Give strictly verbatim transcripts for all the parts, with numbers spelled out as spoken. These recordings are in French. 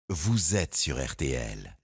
vous êtes sur R T L.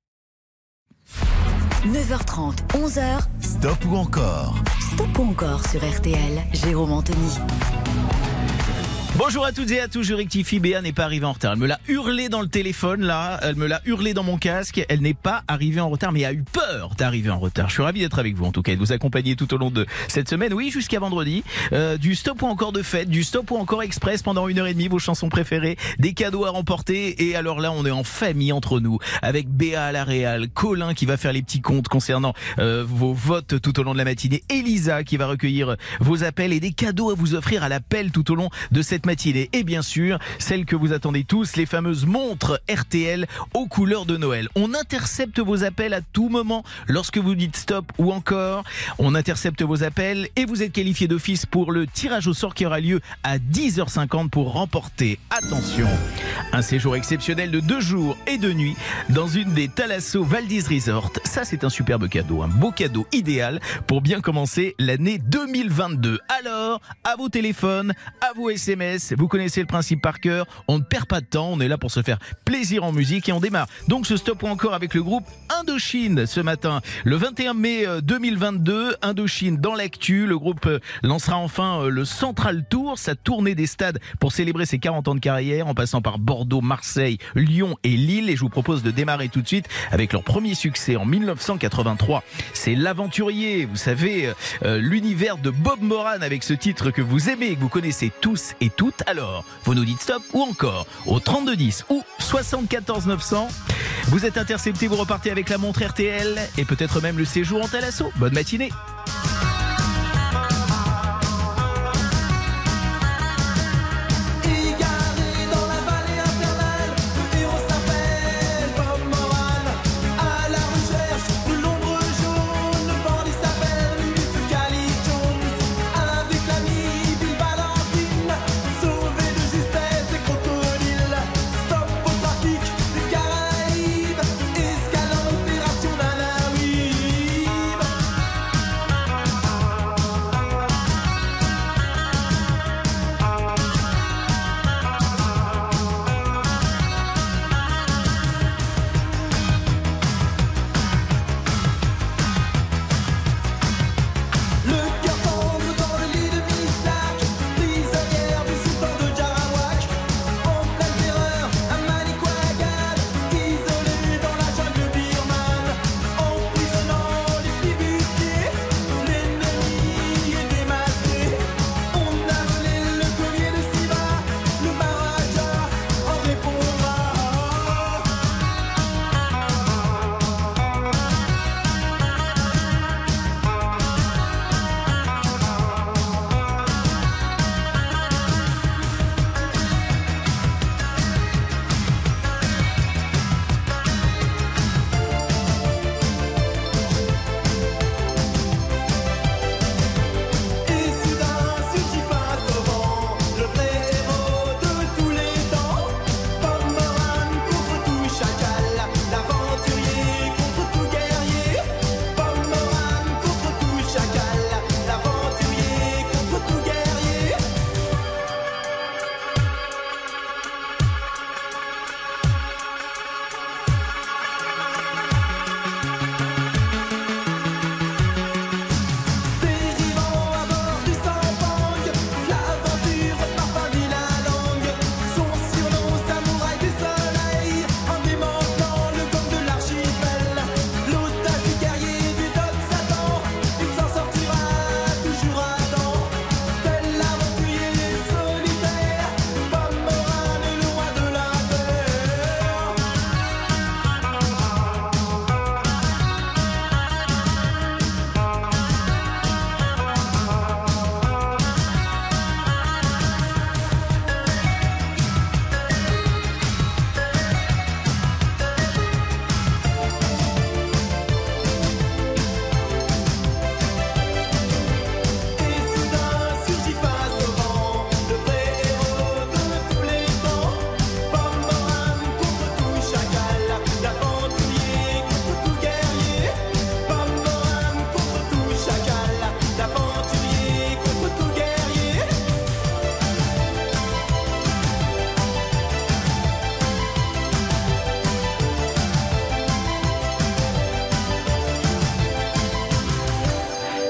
neuf heures trente, onze heures. Stop ou encore? Stop ou encore sur R T L. Jérôme Anthony. Bonjour à toutes et à tous, je rectifie, Béa n'est pas arrivée en retard. Elle me l'a hurlé dans le téléphone là, elle me l'a hurlé dans mon casque, elle n'est pas arrivée en retard mais a eu peur d'arriver en retard. Je suis ravi d'être avec vous en tout cas et de vous accompagner tout au long de cette semaine, oui jusqu'à vendredi, euh, du stop ou encore de fête, du stop ou encore express pendant une heure et demie, vos chansons préférées, des cadeaux à remporter et alors là on est en famille entre nous avec Béa à la réal, Colin qui va faire les petits comptes concernant euh, vos votes tout au long de la matinée, Elisa qui va recueillir vos appels et des cadeaux à vous offrir à l'appel tout au long de cette matinée et bien sûr celle que vous attendez tous, les fameuses montres R T L aux couleurs de Noël. On intercepte vos appels à tout moment lorsque vous dites stop ou encore, on intercepte vos appels et vous êtes qualifié d'office pour le tirage au sort qui aura lieu à dix heures cinquante pour remporter, attention, un séjour exceptionnel de deux jours et deux nuits dans une des Thalasso Valdez Resort. Ça c'est un superbe cadeau, un beau cadeau idéal pour bien commencer l'année deux mille vingt-deux. Alors, à vos téléphones, à vos S M S, vous connaissez le principe par cœur, on ne perd pas de temps, on est là pour se faire plaisir en musique et on démarre donc ce stop ou encore avec le groupe Indochine ce matin, le vingt et un mai deux mille vingt-deux. Indochine dans l'actu, le groupe lancera enfin le Central Tour, sa tournée des stades pour célébrer ses quarante ans de carrière en passant par Bordeaux, Marseille, Lyon et Lille et je vous propose de démarrer tout de suite avec leur premier succès en mille neuf cent quatre-vingt-trois. C'est l'aventurier, vous savez, euh, l'univers de Bob Moran avec ce titre que vous aimez et que vous connaissez tous et toutes. Alors, vous nous dites stop ou encore au trente-deux dix ou soixante-quatorze neuf cents. Vous êtes intercepté, vous repartez avec la montre R T L et peut-être même le séjour en Thalasso. Bonne matinée.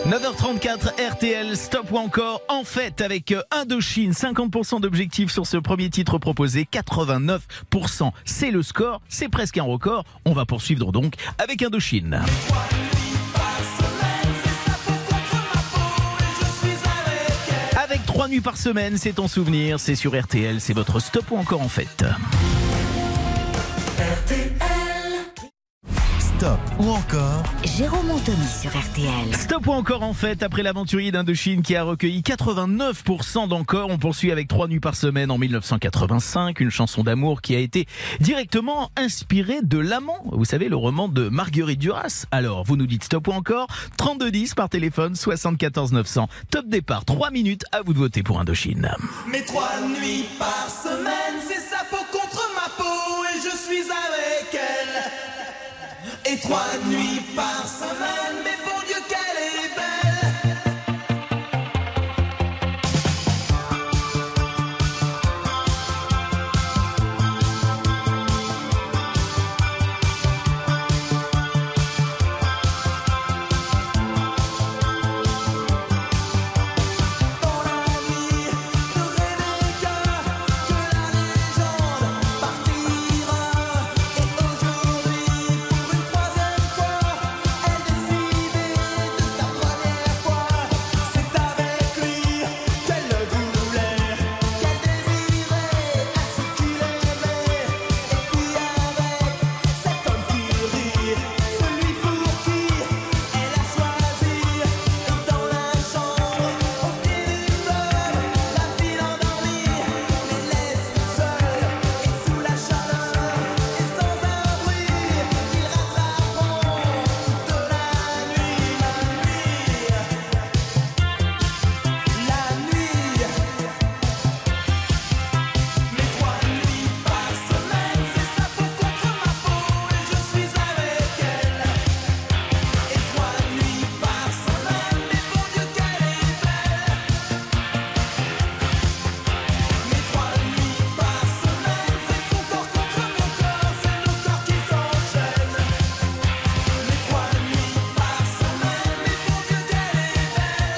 neuf heures trente-quatre, R T L, Stop ou encore en fête avec Indochine, cinquante pour cent d'objectifs sur ce premier titre proposé, quatre-vingt-neuf pour cent. C'est le score, c'est presque un record. On va poursuivre donc avec Indochine. Avec trois nuits par semaine, c'est ton souvenir, c'est sur R T L, c'est votre Stop ou encore en fête. R T L. Stop ou encore Jérôme Anthony sur R T L. Stop ou encore en fête après l'aventurier d'Indochine qui a recueilli quatre-vingt-neuf pour cent d'encore. On poursuit avec trois nuits par semaine en dix-neuf cent quatre-vingt-cinq, une chanson d'amour qui a été directement inspirée de L'Amant. Vous savez, le roman de Marguerite Duras. Alors, vous nous dites stop ou encore, trente-deux dix par téléphone, soixante-quatorze neuf cents. Top départ, trois minutes, à vous de voter pour Indochine. Mais trois nuits par semaine, c'est sa peau contre ma peau et je suis avec elle. Et trois nuits par semaine, mais bon Dieu qu'elle est belle. Dans la nuit de Rebecca, que la légende partira. Et aujourd'hui, pour une troisième fois, elle décidait de sa première fois. C'est avec lui qu'elle le voulait, qu'elle désirait à ce qu'il aimait. Et puis avec cet homme qui rit, celui pour qui elle a choisi. Et dans la chambre, au pied du fleuve, la ville endormie les laisse seuls. Et sous la chaleur et sans un bruit, ils rattraperont toute la nuit, la nuit, la nuit. Mais trois nuits par semaine, c'est sa peau contre ma peau et je suis avec elle. Et trois nuits par semaine, mais bon Dieu qu'elle est belle. Mais trois nuits par semaine, c'est son corps contre mon corps, c'est nos corps qui s'enchaînent. Mais trois nuits par semaine, mais bon Dieu qu'elle est belle.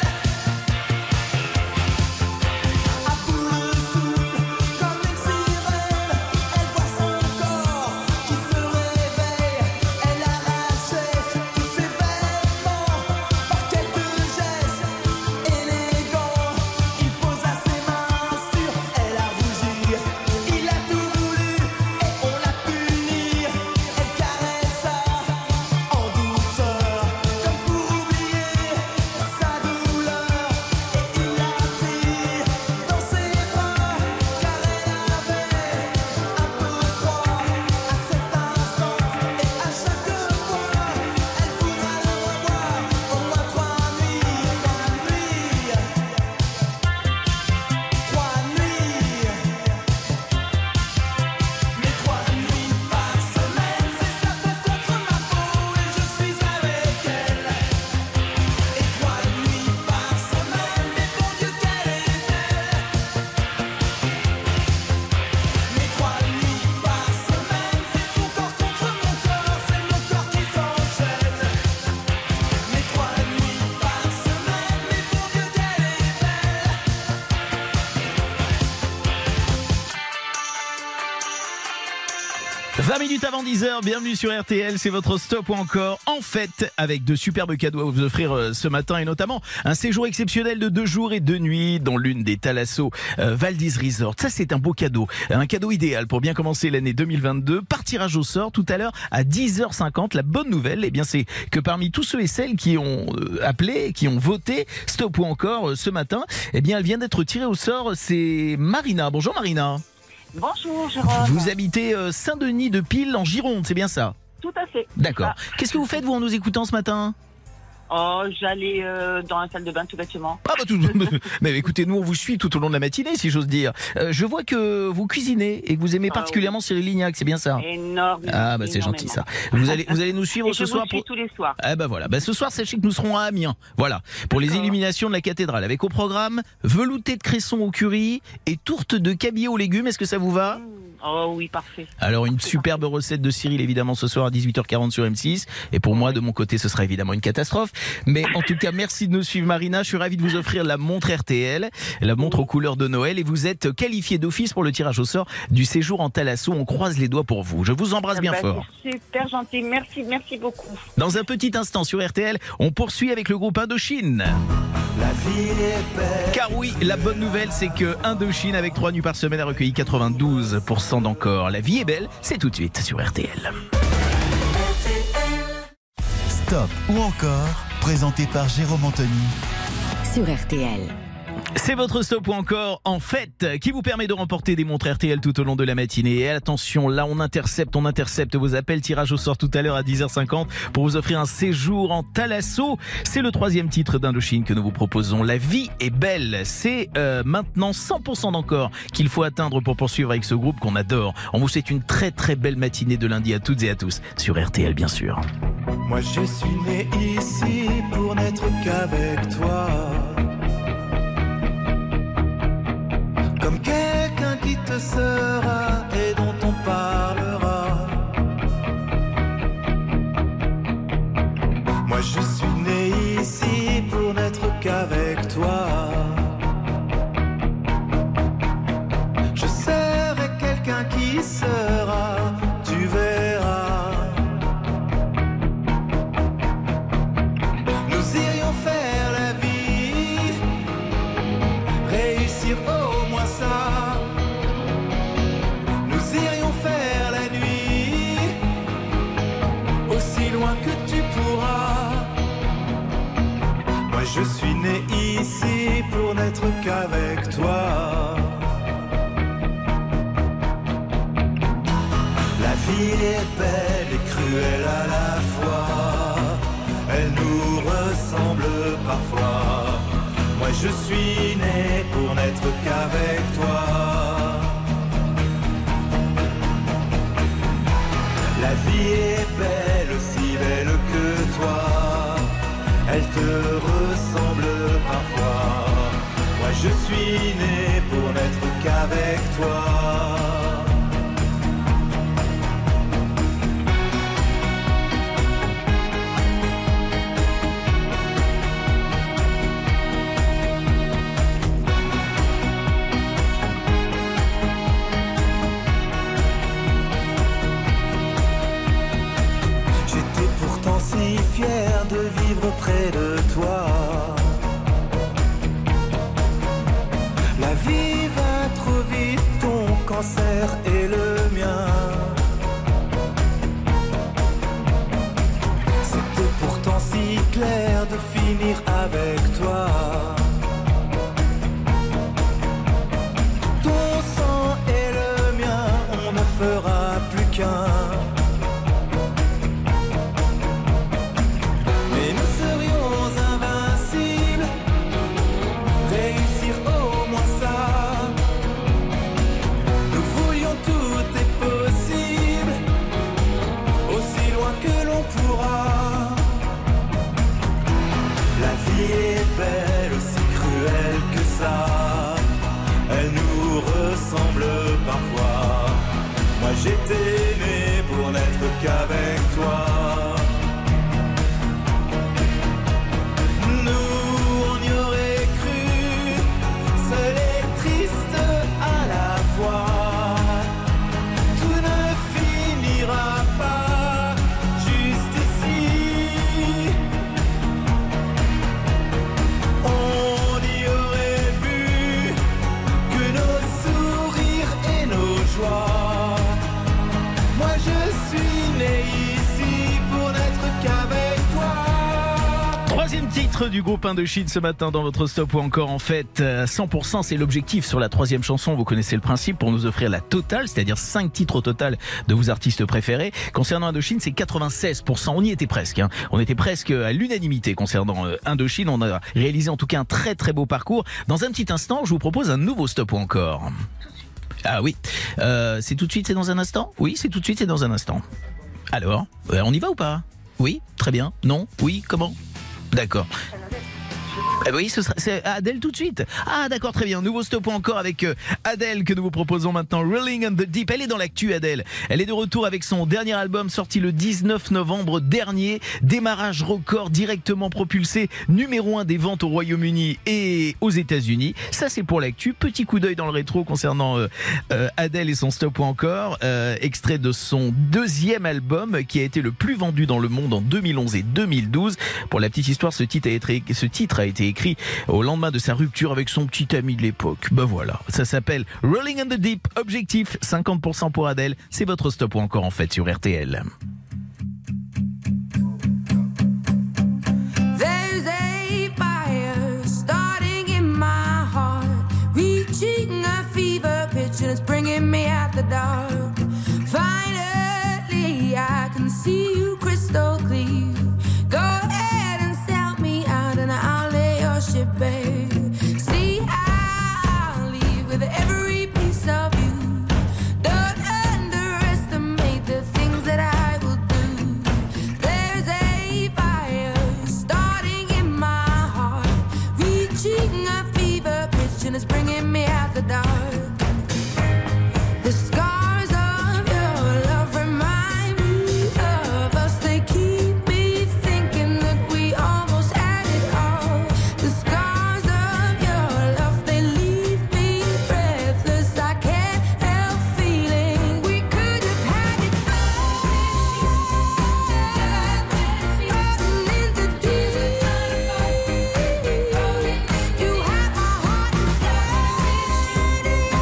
À bout de souffle, comme une sirène, elle voit son corps qui se réveille. Elle arrachait tous ses vêtements par quelques gestes élégants. Il posa ses mains sur elle, a rougi. Il a tout voulu et on l'a puni. Elle caressa en douceur, comme pour oublier sa douleur. Et il l'a pris dans ses bras, car elle avait un peu froid à cet instant. Et à chaque fois, elle voudra le revoir au moins trois nuits, trois nuits, trois nuits. Mais trois nuits par semaine, c'est sa peau contre ma peau et je suis avec elle. Et trois nuits par semaine, mais bon Dieu qu'elle est belle. Mais trois nuits par semaine, c'est son corps contre mon corps, c'est nos corps qui s'enchaînent. Mais trois nuits par semaine, mais bon Dieu qu'elle est belle. vingt minutes avant dix heures, bienvenue sur R T L, c'est votre Stop ou encore en fête avec de superbes cadeaux à vous offrir euh, ce matin et notamment un séjour exceptionnel de deux jours et deux nuits dans l'une des Thalasso euh, Valdis Resort. Ça c'est un beau cadeau, un cadeau idéal pour bien commencer l'année deux mille vingt-deux. Par tirage au sort tout à l'heure à dix heures cinquante. La bonne nouvelle, eh bien c'est que parmi tous ceux et celles qui ont euh, appelé, qui ont voté Stop ou encore euh, ce matin, eh bien elle vient d'être tirée au sort, c'est Marina. Bonjour Marina. Bonjour Jérôme. Vous habitez euh, Saint-Denis de Pile en Gironde, c'est bien ça? Tout à fait. D'accord. Ah. Qu'est-ce que vous faites vous en nous écoutant ce matin? Oh, j'allais euh, dans la salle de bain tout bêtement. Ah bah tout, mais écoutez, nous on vous suit tout au long de la matinée si j'ose dire. Euh, je vois que vous cuisinez et que vous aimez Ah, particulièrement Cyril Lignac, c'est bien ça? Énorme. Ah bah c'est gentil ça. Vous allez vous allez nous suivre Et ce je soir vous suis pour tous les soirs. Ah bah voilà, bah ce soir sachez que nous serons à Amiens. Voilà, pour les D'accord. illuminations de la cathédrale avec au programme velouté de cresson au curry et tourte de cabillaud aux légumes. Est-ce que ça vous va? Oh oui, parfait. Alors une superbe recette de Cyril évidemment ce soir à dix-huit heures quarante sur M six. Et pour moi de mon côté ce sera évidemment une catastrophe. Mais en tout cas, merci de nous suivre, Marina. Je suis ravi de vous offrir la montre R T L, la montre aux couleurs de Noël. Et vous êtes qualifié d'office pour le tirage au sort du séjour en Thalasso. On croise les doigts pour vous. Je vous embrasse bien Bah, fort. c'est super gentil. Merci, merci beaucoup. Dans un petit instant sur R T L, on poursuit avec le groupe Indochine. La vie est belle. Car oui, la bonne nouvelle, c'est que Indochine, avec trois nuits par semaine, a recueilli quatre-vingt-douze pour cent d'encore. La vie est belle, c'est tout de suite sur R T L. Stop ou encore, présenté par Jérôme Anthony. Sur R T L. C'est votre stop ou encore en fait qui vous permet de remporter des montres R T L tout au long de la matinée. Et attention, là on intercepte, on intercepte vos appels. Tirage au sort tout à l'heure à dix heures cinquante pour vous offrir un séjour en Thalasso. C'est le troisième titre d'Indochine que nous vous proposons. La vie est belle. C'est euh, maintenant cent pour cent d'encore qu'il faut atteindre pour poursuivre avec ce groupe qu'on adore. On vous souhaite une très très belle matinée de lundi à toutes et à tous sur R T L bien sûr. Moi je suis né ici pour n'être qu'avec toi. Comme quelqu'un qui te sera et dont on parlera. Moi je suis né ici pour n'être qu'avec toi. Je serai quelqu'un qui sera, tu verras. Nous irions faire la vie, réussir au moins ça. Nous irions faire la nuit, aussi loin que tu pourras. Moi je suis né ici pour n'être qu'avec toi. La vie est belle et cruelle à la fois. Elle nous ressemble parfois. Moi je suis né pour n'être qu'avec toi. La vie est belle, aussi belle que toi. Elle te ressemble parfois. Moi je suis né pour n'être qu'avec toi. Si fier de vivre près de toi. La vie va trop vite, ton cancer et le mien. C'était pourtant si clair de finir avec toi. Ton sang et le mien, on ne fera plus qu'un. Belle, aussi cruelle que ça. Elle nous ressemble parfois. Moi j'étais né pour n'être qu'avec toi. Nous on y aurait cru, seul et triste à la fois. Tout ne finira pas juste ici. On y aurait vu que nos sourires et nos joies. Moi je suis né ici pour n'être qu'avec toi. Troisième titre du groupe Indochine ce matin dans votre stop ou encore en fait cent pour cent c'est l'objectif sur la troisième chanson. Vous connaissez le principe pour nous offrir la totale, c'est-à-dire cinq titres au total de vos artistes préférés. Concernant Indochine, c'est quatre-vingt-seize pour cent. On y était presque. Hein. On était presque à l'unanimité concernant euh, Indochine. On a réalisé en tout cas un très très beau parcours. Dans un petit instant, je vous propose un nouveau stop ou encore. Ah oui, euh, c'est tout de suite, c'est dans un instant. Oui, c'est tout de suite, c'est dans un instant. Alors, euh, on y va ou pas? Oui, très bien. Non? Oui, comment? D'accord. Bah oui, ce sera, c'est Adèle tout de suite. Ah d'accord, très bien. Nouveau stop ou encore avec euh, Adèle que nous vous proposons maintenant. Rolling on the Deep. Elle est dans l'actu, Adèle. Elle est de retour avec son dernier album sorti le dix-neuf novembre dernier. Démarrage record directement propulsé numéro un des ventes au Royaume-Uni et aux États-Unis. Ça c'est pour l'actu. Petit coup d'œil dans le rétro concernant euh, euh, Adèle et son stop ou encore. Euh, extrait de son deuxième album qui a été le plus vendu dans le monde en deux mille onze et deux mille douze. Pour la petite histoire, ce titre a été, ce titre a été écrit au lendemain de sa rupture avec son petit ami de l'époque. Ben voilà, ça s'appelle Rolling on the Deep. Objectif cinquante pour cent pour Adèle. C'est votre stop ou encore en fait sur R T L. There's a fire starting in my heart, reaching a fever pitch and it's bringing me out the dark. Finally, I can see you crystal clear. Go ahead and sell me out and I'll lay your ship bare. See, I'll leave with every piece of you. Don't underestimate the things that I will do. There's a fire starting in my heart, reaching a fever pitch and it's bringing me out the dark. The scars of your love remind me of us. They keep me thinking that we almost had it all. The scars of your love, they leave me breathless. I can't help feeling we could have had it all. Rolling in the deep, you have my heart inside, and you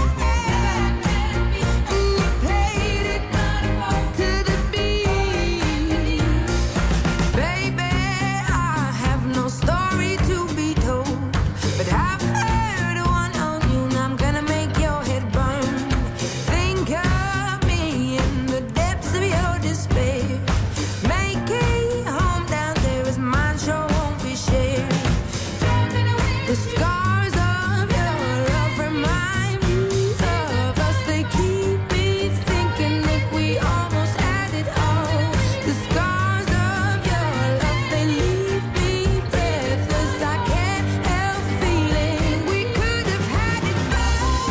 played it to the beat. Baby, I have no story to be told, but I've heard one on you and I'm gonna make your head burn. Think of me in the depths of your despair. Make a home down there as mine sure won't be shared. The scars of your love remind me of us. They keep me thinking that we almost had it all. The scars of your love, they leave me breathless. I can't help feeling we could have had it all.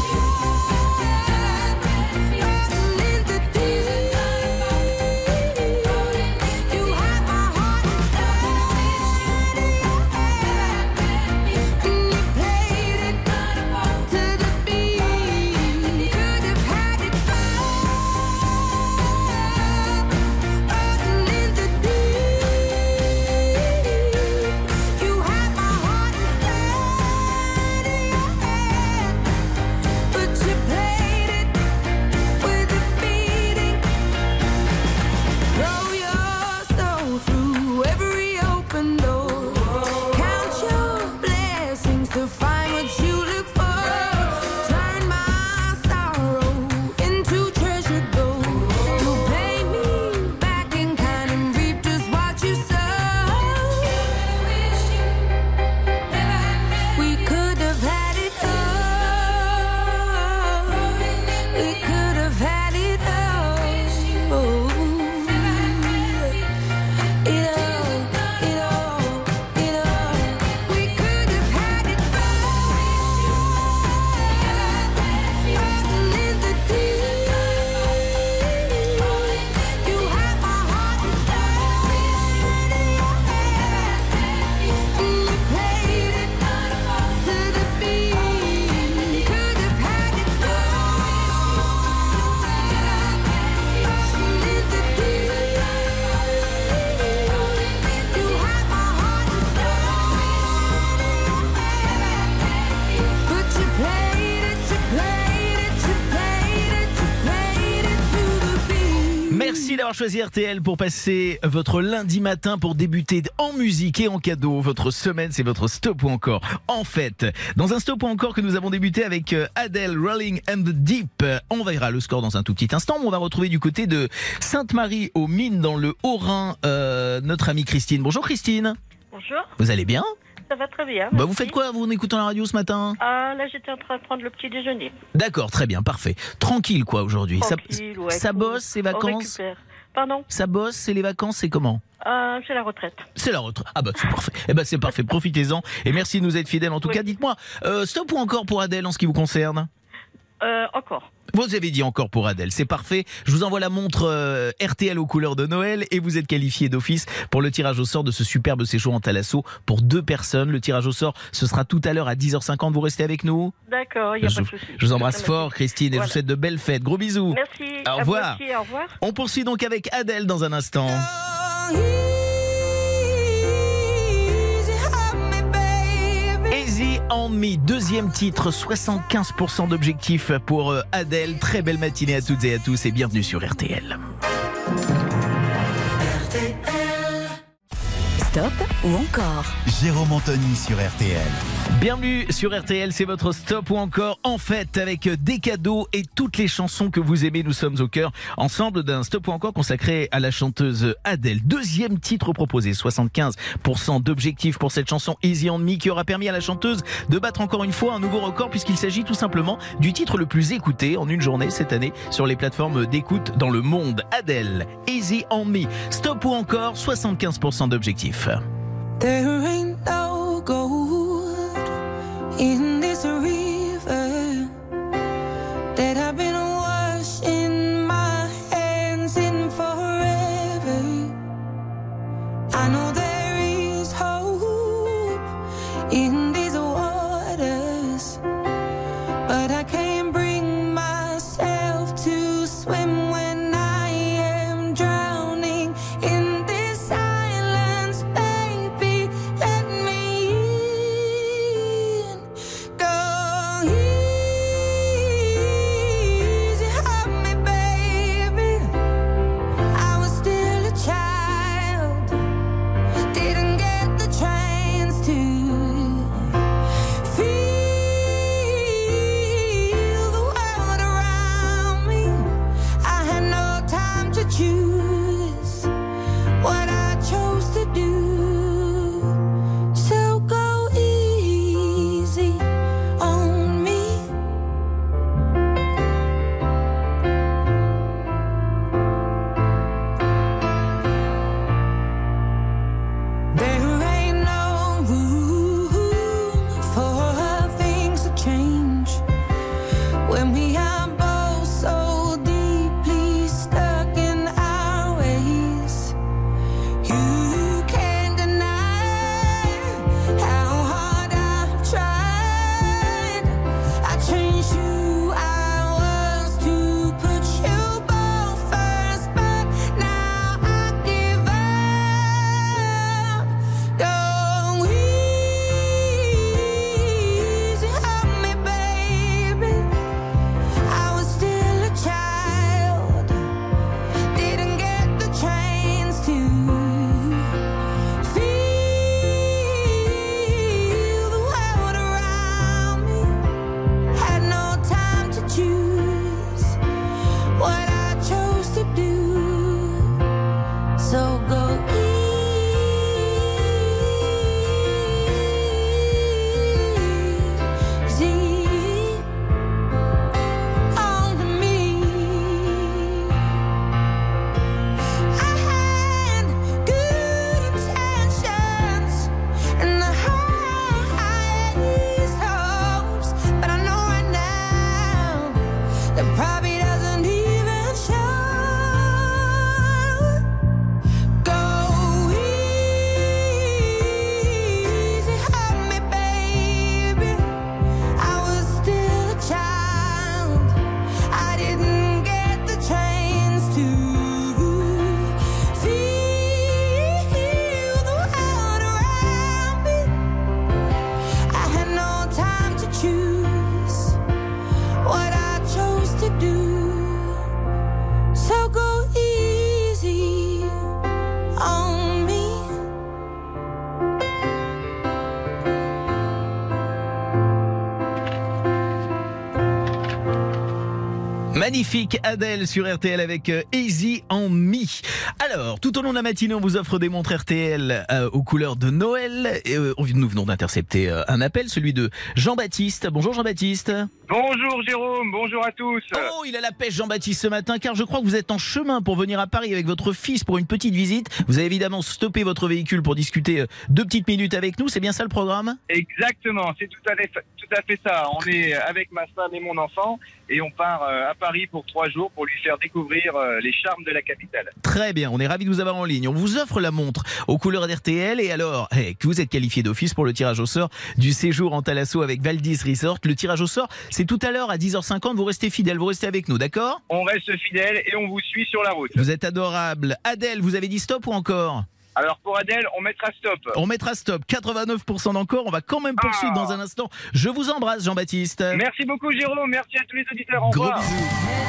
Rolling in the deep, you have my heart inside, and you played it to the beat. Could have had it all. Rolling in the deep, you have my heart inside of your hand, but you played it with a beating. Throw your soul through every open door. Count your blessings to find what you look for. Turn my sorrow into treasured gold. You'll pay me back in kind and reap just what you sow. We could have had it all. We could have had it all. It all, it all, it all. We could have had it all. Rolling in the deep, you have my heart inside of your hand, and you played it to the beat. Could have had it all. Rolling in the deep, you have my heart inside of your hand, but you played it, you played it, you played it, you played it to the beat. Merci d'avoir choisi R T L pour passer votre lundi matin pour débuter en musique et en cadeau. Votre semaine, c'est votre stop ou encore. En fait, dans un stop ou encore que nous avons débuté avec euh, Adèle, Rolling and the Deep. On verra le score dans un tout petit instant. Mais on va retrouver du côté de Sainte-Marie aux Mines dans le Haut-Rhin euh, notre amie Christine. Bonjour Christine. Bonjour, Vous allez bien? ça va très bien. Bah, vous merci. faites quoi vous en écoutant la radio ce matin? Ah, là, j'étais en train de prendre le petit déjeuner. D'accord, très bien, parfait. Tranquille quoi aujourd'hui. Ça, Tranquille, ouais, ça cool. bosse, c'est On vacances? récupère. Pardon? Ça bosse, c'est les vacances, c'est comment? Euh, c'est la retraite. C'est la retraite. Ah bah c'est parfait. Eh ben c'est parfait, profitez-en. Et merci de nous être fidèles. En tout Oui. cas, dites-moi, euh, stop ou encore pour Adèle en ce qui vous concerne? Euh, encore. Vous avez dit encore pour Adèle, c'est parfait. Je vous envoie la montre euh, R T L aux couleurs de Noël et vous êtes qualifié d'office pour le tirage au sort de ce superbe séjour en Thalasso pour deux personnes. Le tirage au sort, ce sera tout à l'heure à dix heures cinquante. Vous restez avec nous? D'accord, il n'y a je, pas de souci. je vous embrasse Merci. fort, Christine, et Voilà. je vous souhaite de belles fêtes. Gros bisous. Merci. Au à vous revoir. aussi, au revoir. On poursuit donc avec Adèle dans un instant. Easy on Me, deuxième titre, soixante-quinze pour cent d'objectifs pour euh, Adèle. Très belle matinée à toutes et à tous et bienvenue sur R T L. Stop ou encore? Jérôme Anthony sur R T L. Bienvenue sur R T L, c'est votre stop ou encore en fête avec des cadeaux et toutes les chansons que vous aimez. Nous sommes au cœur ensemble d'un stop ou encore consacré à la chanteuse Adèle. Deuxième titre proposé, soixante-quinze pour cent d'objectifs pour cette chanson Easy on Me qui aura permis à la chanteuse de battre encore une fois un nouveau record puisqu'il s'agit tout simplement du titre le plus écouté en une journée cette année sur les plateformes d'écoute dans le monde. Adèle, Easy on Me, stop ou encore soixante-quinze pour cent d'objectifs. There ain't no gold in this river that I've been washing my hands in forever. I know there is hope in these waters, but I can't bring myself to swim when I am drowning in this silence. Baby, let me in. Go easy on me, baby. I was still a child, didn't get the chance to feel the world around me. I had no time to choose what I chose to do. So go easy on me. There ain't no room for things to change when we are both so deeply stuck in our ways. You can't deny how hard I've tried. I changed who I was to put you both first, but now I give up. Go easy on me, baby. I was still a child, didn't get the chance to feel the world around me. Had no time to choose what I chose to do. So go easy on me. I had good intentions and the highest hopes, but I know right now that probably doesn't even show. Go easy on me, baby. I was still a child, I didn't get the chance to feel the world around me. I had no time to choose what I chose to do. So go easy on me. Magnifique Adèle sur R T L avec euh, Easy on Me. Alors, tout au long de la matinée, on vous offre des montres R T L euh, aux couleurs de Noël. Et, euh, on- nous venons d'intercepter euh, un appel, celui de Jean-Baptiste. Bonjour Jean-Baptiste. Bonjour Jérôme, bonjour à tous. Oh, il a la pêche Jean-Baptiste ce matin, car je crois que vous êtes en chemin pour venir à Paris avec votre fils pour une petite visite. Vous avez évidemment stoppé votre véhicule pour discuter euh, deux petites minutes avec nous, c'est bien ça le programme ? Exactement, c'est tout à fait, tout à fait ça. On est avec ma femme et mon enfant et on part euh, à Paris pour trois jours pour lui faire découvrir euh, les charmes de la capitale. Très bien, on est ravis de vous avoir en ligne. On vous offre la montre aux couleurs d'R T L et alors, hey, que vous êtes qualifié d'office pour le tirage au sort du séjour en Thalasso avec Valdis Resort. Le tirage au sort, c'est tout à l'heure à dix heures cinquante, vous restez fidèles, vous restez avec nous, d'accord ? On reste fidèles et on vous suit sur la route. Vous êtes adorable. Adèle, vous avez dit stop ou encore ? Alors pour Adèle, on mettra stop. On mettra stop, quatre-vingt-neuf pour cent d'encore, on va quand même poursuivre Ah. dans un instant. Je vous embrasse Jean-Baptiste. Merci beaucoup Jérôme, merci à tous les auditeurs, au Gros revoir. bisous.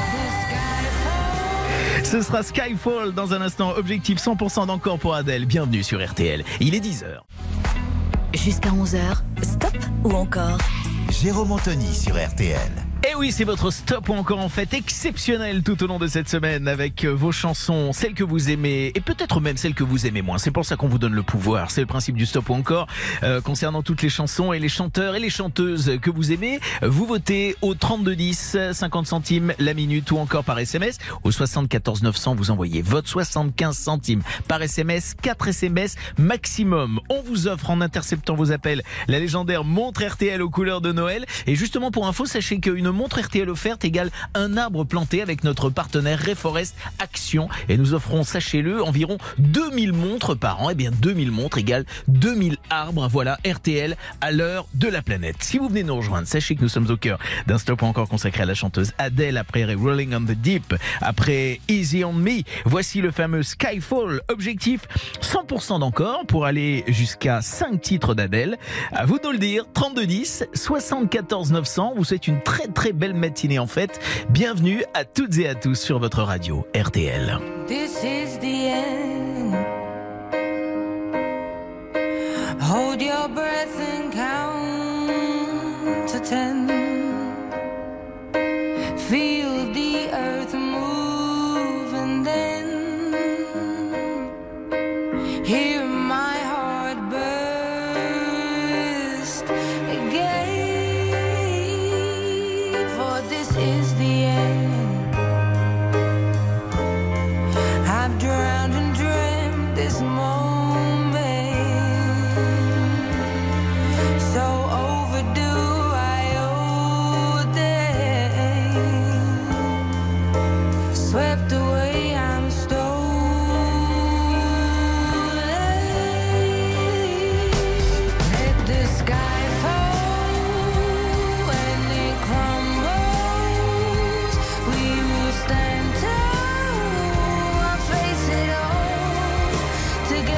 Ce sera Skyfall dans un instant. Objectif cent pour cent d'encore pour Adèle. Bienvenue sur R T L. Il est dix heures. Jusqu'à onze heures, stop ou encore ? Jérôme Anthony sur R T L. Et oui, c'est votre stop ou encore en fait exceptionnel tout au long de cette semaine avec vos chansons, celles que vous aimez et peut-être même celles que vous aimez moins. C'est pour ça qu'on vous donne le pouvoir. C'est le principe du stop ou encore euh, concernant toutes les chansons et les chanteurs et les chanteuses que vous aimez. Vous votez au trente-deux dix, cinquante centimes la minute ou encore par S M S. Au soixante-quatorze neuf cents, vous envoyez vote soixante-quinze centimes par S M S, quatre S M S maximum. On vous offre en interceptant vos appels la légendaire montre R T L aux couleurs de Noël. Et justement pour info, sachez qu'une montre R T L offerte égale un arbre planté avec notre partenaire Reforest Action. Et nous offrons, sachez-le, environ deux mille montres par an. Et bien deux mille montres égale deux mille arbres. Voilà R T L à l'heure de la planète. Si vous venez nous rejoindre, sachez que nous sommes au cœur d'un stop encore consacré à la chanteuse Adele après Rolling on the Deep, après Easy on Me. Voici le fameux Skyfall. Objectif cent pour cent d'encore pour aller jusqu'à cinq titres d'Adele. À vous de nous le dire. trente-deux dix, soixante-quatorze neuf cents. Vous souhaite une très très belle matinée en fait. Bienvenue à toutes et à tous sur votre radio R T L. This is the end. Hold your breath and count to ten. Feel the earth move and then hear my heart burst again. For this is the end. I've drowned and dreamt this moment, so overdue I owe them. Swept away, I'm stolen. Let the sky fall when it crumbles. We will stand tall, face it all together.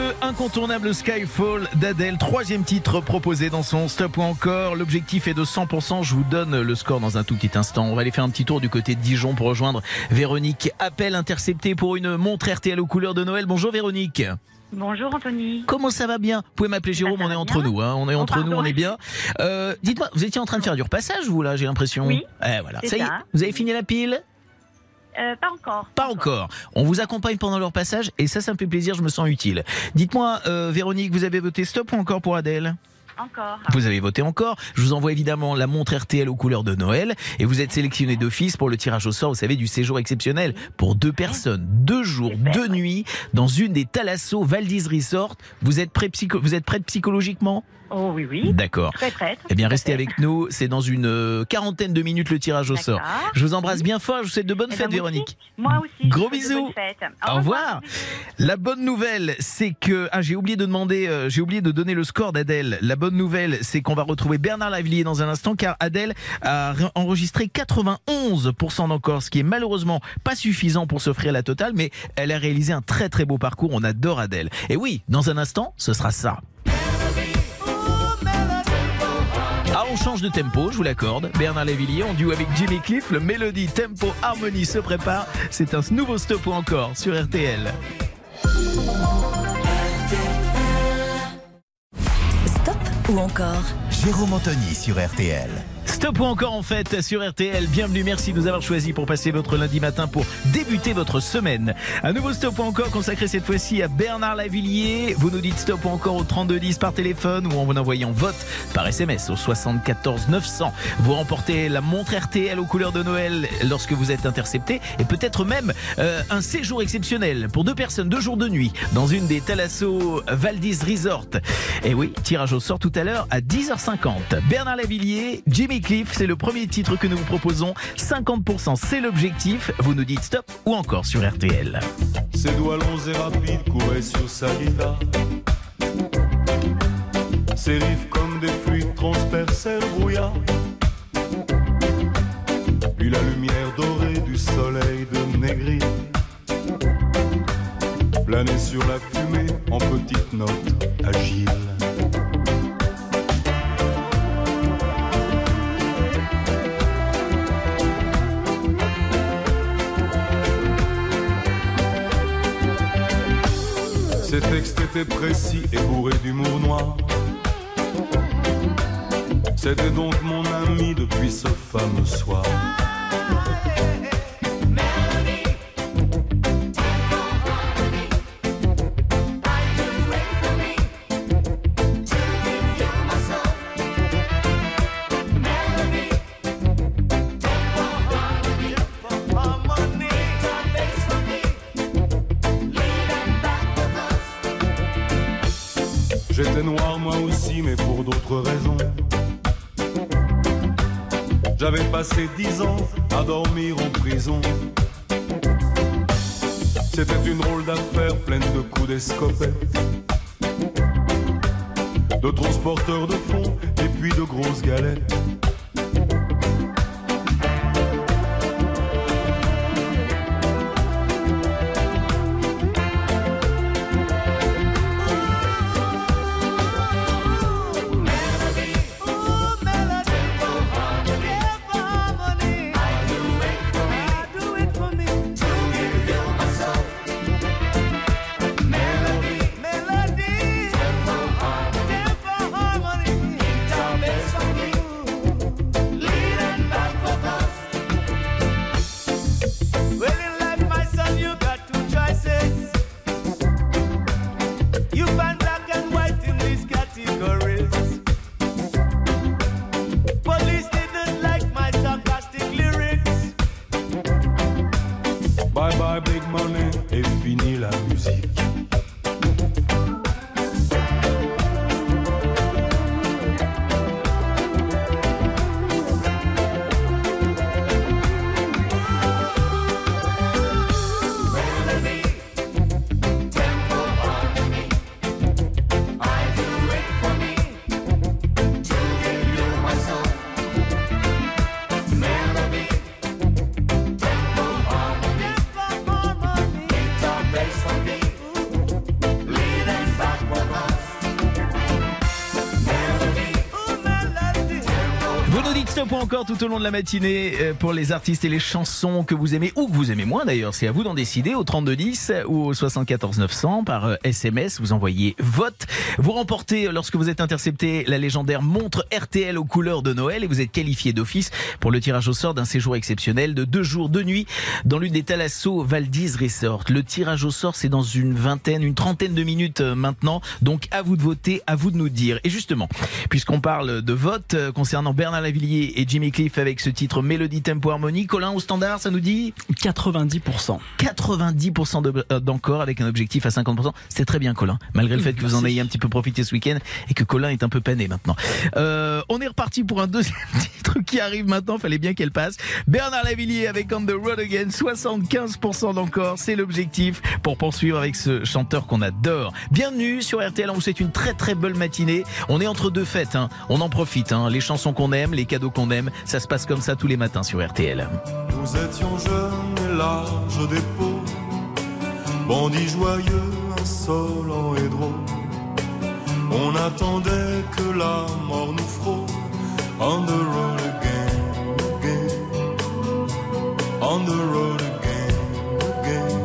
Le incontournable Skyfall d'Adèle, troisième titre proposé dans son Stop ou encore. L'objectif est de cent pour cent. Je vous donne le score dans un tout petit instant. On va aller faire un petit tour du côté de Dijon pour rejoindre Véronique. Appel intercepté pour une montre R T L aux couleurs de Noël. Bonjour Véronique. Bonjour Anthony. Comment ça va bien? Vous pouvez m'appeler Jérôme, ça on est va entre bien. nous. Hein. On est Oh, entre pardon. nous, on est bien. Euh, dites-moi, vous étiez en train de faire du repassage, vous là, j'ai l'impression. Oui, Eh, voilà. c'est Ça y est, ça. vous avez fini la pile? Euh, pas encore. Pas encore. On vous accompagne pendant leur passage et ça, ça me fait plaisir, je me sens utile. Dites-moi, euh, Véronique, vous avez voté stop ou encore pour Adèle? Encore. Vous avez voté encore. Je vous envoie évidemment la montre R T L aux couleurs de Noël et vous êtes sélectionné d'office pour le tirage au sort, vous savez, du séjour exceptionnel pour deux personnes, deux jours, Super, deux ouais. nuits dans une des Thalasso Valdis Resort. Vous êtes prêt psycho- vous êtes prête psychologiquement? Oh oui, oui. D'accord. Très prête. Eh bien, Tout à restez fait. avec nous. C'est dans une euh, quarantaine de minutes le tirage au sort. D'accord. Je vous embrasse bien fort. Je vous souhaite de bonnes Eh fêtes, ben, moi aussi. Véronique. Moi aussi. Gros je vous souhaite de bisous. bonnes fêtes. Au revoir. Bisous. La bonne nouvelle, c'est que ah j'ai oublié de demander, euh, j'ai oublié de donner le score d'Adèle. La bonne nouvelle, c'est qu'on va retrouver Bernard Lavilliers dans un instant, car Adèle a ré- enregistré quatre-vingt-onze pour cent d'encore, ce qui est malheureusement pas suffisant pour s'offrir la totale, mais elle a réalisé un très très beau parcours. On adore Adèle. Et oui, dans un instant, ce sera ça. Ah, on change de tempo, je vous l'accorde. Bernard Lavilliers, en duo avec Jimmy Cliff, le mélodie, tempo, harmonie se prépare. C'est un nouveau stop ou encore sur R T L. Stop ou encore? Jérôme Anthony sur R T L. Stop ou encore en fait sur R T L. Bienvenue, merci de nous avoir choisi pour passer votre lundi matin pour débuter votre semaine. Un nouveau stop ou encore consacré cette fois-ci à Bernard Lavilliers. Vous nous dites stop ou encore au trente-deux dix par téléphone ou en vous envoyant vote par S M S au soixante-quatorze neuf cents. Vous remportez la montre R T L aux couleurs de Noël lorsque vous êtes intercepté et peut-être même euh, un séjour exceptionnel pour deux personnes, deux jours de nuit dans une des Thalasso Valdis Resort. Et oui, tirage au sort tout à l'heure à dix heures cinquante. Bernard Lavilliers, Jimmy Cliff, c'est le premier titre que nous vous proposons. cinquante pour cent, c'est l'objectif. Vous nous dites stop ou encore sur R T L. Ses doigts longs et rapides couraient sur sa guitare. Ses riffs comme des fluides transperçaient le brouillard. Puis la lumière dorée du soleil de Négri planait sur la fumée en petites notes agiles. Ses textes étaient précis et bourrés d'humour noir. C'était donc mon ami depuis ce fameux soir. J'étais noir moi aussi, mais pour d'autres raisons. J'avais passé dix ans à dormir en prison. C'était une drôle d'affaire pleine de coups d'escopette, de transporteurs de fonds et puis de grosses galettes. Stop ou encore tout au long de la matinée euh, pour les artistes et les chansons que vous aimez ou que vous aimez moins d'ailleurs. C'est à vous d'en décider au trente-deux dix ou au soixante-quatorze neuf cents par euh, S M S. Vous envoyez vote. Vous remportez, lorsque vous êtes intercepté, la légendaire montre R T L aux couleurs de Noël et vous êtes qualifié d'office pour le tirage au sort d'un séjour exceptionnel de deux jours, deux nuits dans l'une des Thalasso Valdis Resort. Le tirage au sort, c'est dans une vingtaine, une trentaine de minutes euh, maintenant. Donc à vous de voter, à vous de nous dire. Et justement, puisqu'on parle de vote euh, concernant Bernard Lavillier et Jimmy Cliff avec ce titre Mélodie Tempo Harmonie, Colin au standard, ça nous dit quatre-vingt-dix pour cent. quatre-vingt-dix pour cent de, euh, d'encore avec un objectif à cinquante pour cent. C'est très bien Colin, malgré le fait que vous en ayez un petit peu profité ce week-end et que Colin est un peu pané maintenant. Euh, on est reparti pour un deuxième titre qui arrive maintenant, fallait bien qu'elle passe. Bernard Lavillier avec On the Road Again, soixante-quinze pour cent d'encore, c'est l'objectif pour poursuivre avec ce chanteur qu'on adore. Bienvenue sur R T L, on vous souhaite une très très belle matinée. On est entre deux fêtes, hein. On en profite, hein. Les chansons qu'on aime, les cadeaux qu'on aime, ça se passe comme ça tous les matins sur R T L. Nous étions jeunes et l'âge des pauvres, bandits joyeux, insolents et drôles. On attendait que la mort nous frôle. On the road again, again. On the road again, again.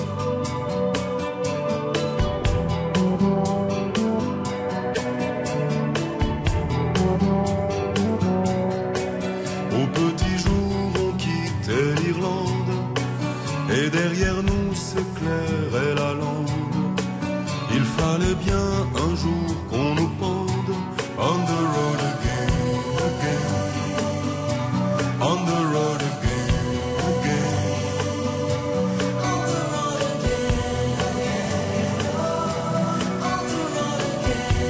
Au petit jour, on quittait l'Irlande et derrière nous s'éclairait la lande. Il fallait bien un jour qu'on nous pende. On the road again, again. On the road again, again. On the road again, again. On the road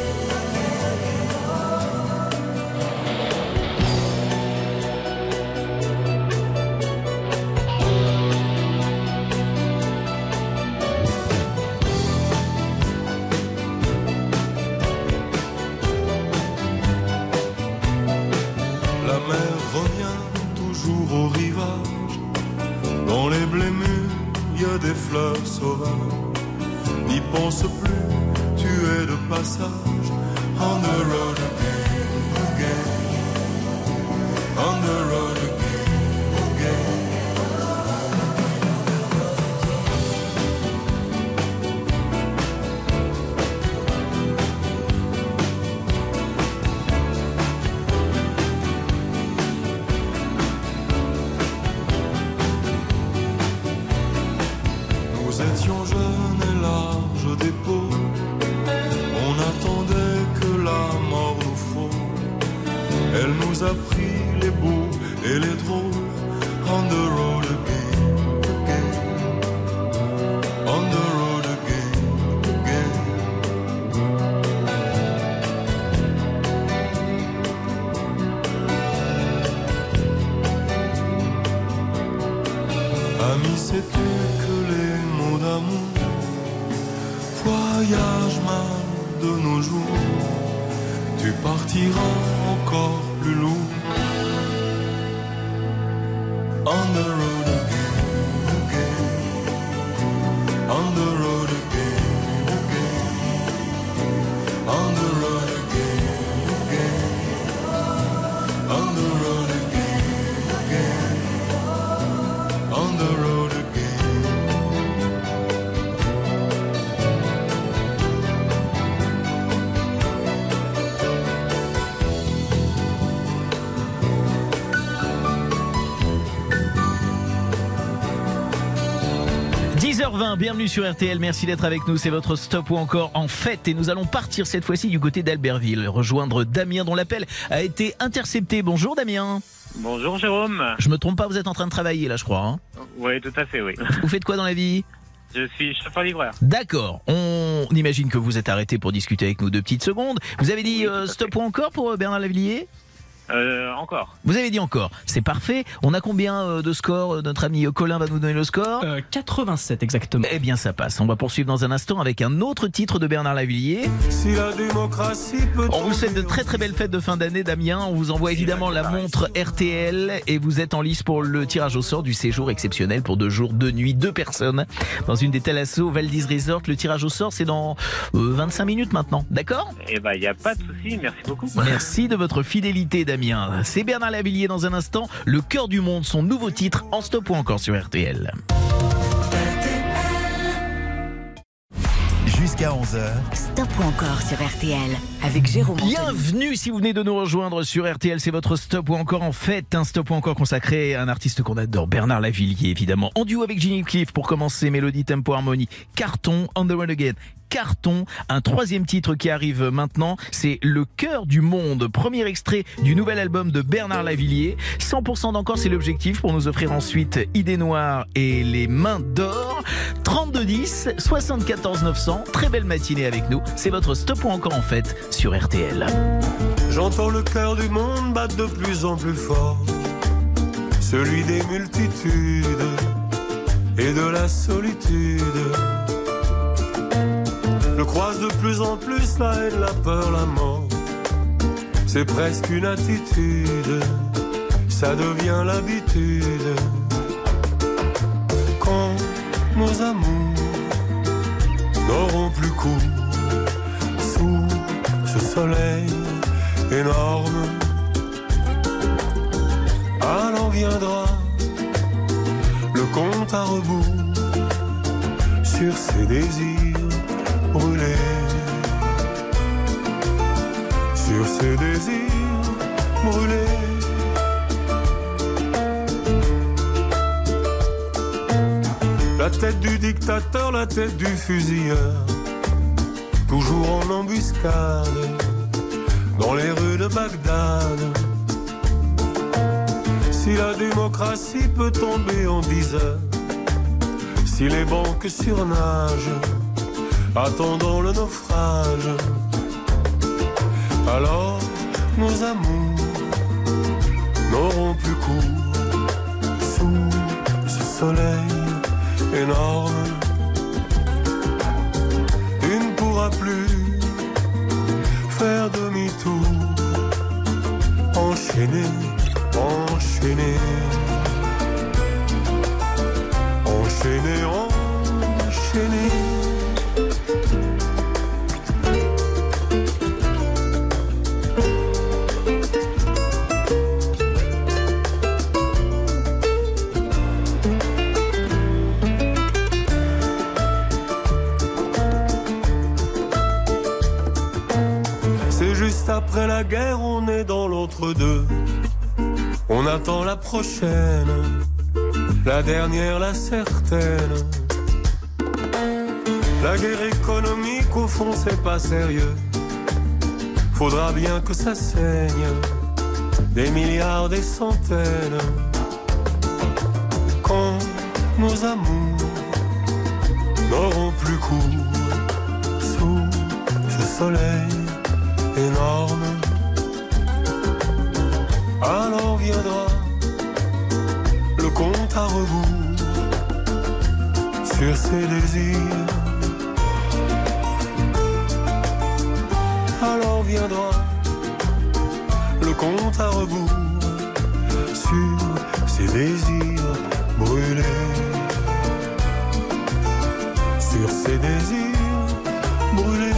La mer revient toujours au rivage. Dans les blés mûrs, y a des fleurs sauvages. N'y pense plus, tu es de passage. On the road again, again. On the road again, again. Nous étions jeunes et larges d'épaules. On attendait que la mort nous frôle. Elle nous a pris les beaux et les drôles. On the road again, again. On the road again, again. Amis, sais-tu que les mots d'amour voyagent mal de nos jours? Tu partiras encore plus lourd. On the road again, again. On the road again, again. On the road again, again. On the road again, again. On the road again. dix heures vingt, bienvenue sur R T L, merci d'être avec nous, c'est votre stop ou encore en fête et nous allons partir cette fois-ci du côté d'Albertville, rejoindre Damien dont l'appel a été intercepté. Bonjour Damien. Bonjour Jérôme. Je me trompe pas, vous êtes en train de travailler là je crois hein. Oui, tout à fait, oui. Vous faites quoi dans la vie? Je suis chauffeur-livreur. D'accord, on imagine que vous êtes arrêté pour discuter avec nous deux petites secondes. Vous avez dit euh, stop ou encore pour Bernard Lavillier? Euh, encore. Vous avez dit encore, c'est parfait. On a combien euh, de scores? Notre ami Colin va nous donner le score. Euh, quatre-vingt-sept exactement. Eh bien ça passe, on va poursuivre dans un instant avec un autre titre de Bernard Lavillier. Si la démocratie peut On vous souhaite de très très belles fêtes de fin d'année Damien. On vous envoie évidemment la montre R T L et vous êtes en lice pour le tirage au sort du séjour exceptionnel pour deux jours, deux nuits, deux personnes dans une des Thalasso Valdis Resort. Le tirage au sort c'est dans euh, vingt-cinq minutes maintenant, d'accord? Eh ben, il n'y a pas de souci, merci beaucoup. Merci de votre fidélité Damien. Damien. C'est Bernard Lavillier dans un instant. Le cœur du monde, son nouveau titre en stop ou encore sur R T L. Jusqu'à onze heures. Stop ou encore sur R T L avec Jérôme Anthony. Bienvenue si vous venez de nous rejoindre sur R T L, c'est votre stop ou encore en fait, un stop ou encore consacré à un artiste qu'on adore, Bernard Lavillier évidemment, en duo avec Ginny Cliff pour commencer, mélodie, tempo, harmonie, carton, On the Run Again. Carton, un troisième titre qui arrive maintenant, c'est Le cœur du monde, premier extrait du nouvel album de Bernard Lavillier. cent pour cent d'encore, c'est l'objectif pour nous offrir ensuite Idée Noire et Les Mains d'Or. trente-deux dix, soixante-quatorze neuf cents, très belle matinée avec nous, c'est votre stop ou encore en fait sur R T L. J'entends le cœur du monde battre de plus en plus fort, celui des multitudes et de la solitude. Je croise de plus en plus la haine, la peur, la mort. C'est presque une attitude, ça devient l'habitude. Quand nos amours n'auront plus cours sous ce soleil énorme, alors viendra le compte à rebours sur ces désirs brûlés, sur ces désirs brûlés. La tête du dictateur, la tête du fusilleur, toujours en embuscade dans les rues de Bagdad. Si la démocratie peut tomber en dix heures, si les banques surnagent attendant le naufrage, alors nos amours n'auront plus cours sous ce soleil énorme. Tu ne pourras plus faire demi-tour, enchaîner, enchaîner, enchaîner, enchaîner. Après la guerre, on est dans l'entre-deux. On attend la prochaine, la dernière, la certaine. La guerre économique, au fond, c'est pas sérieux. Faudra bien que ça saigne, des milliards, des centaines. Quand nos amours n'auront plus cours sous ce soleil énorme, alors viendra le compte à rebours sur ces désirs. Alors viendra le compte à rebours sur ces désirs brûlés, sur ces désirs brûlés.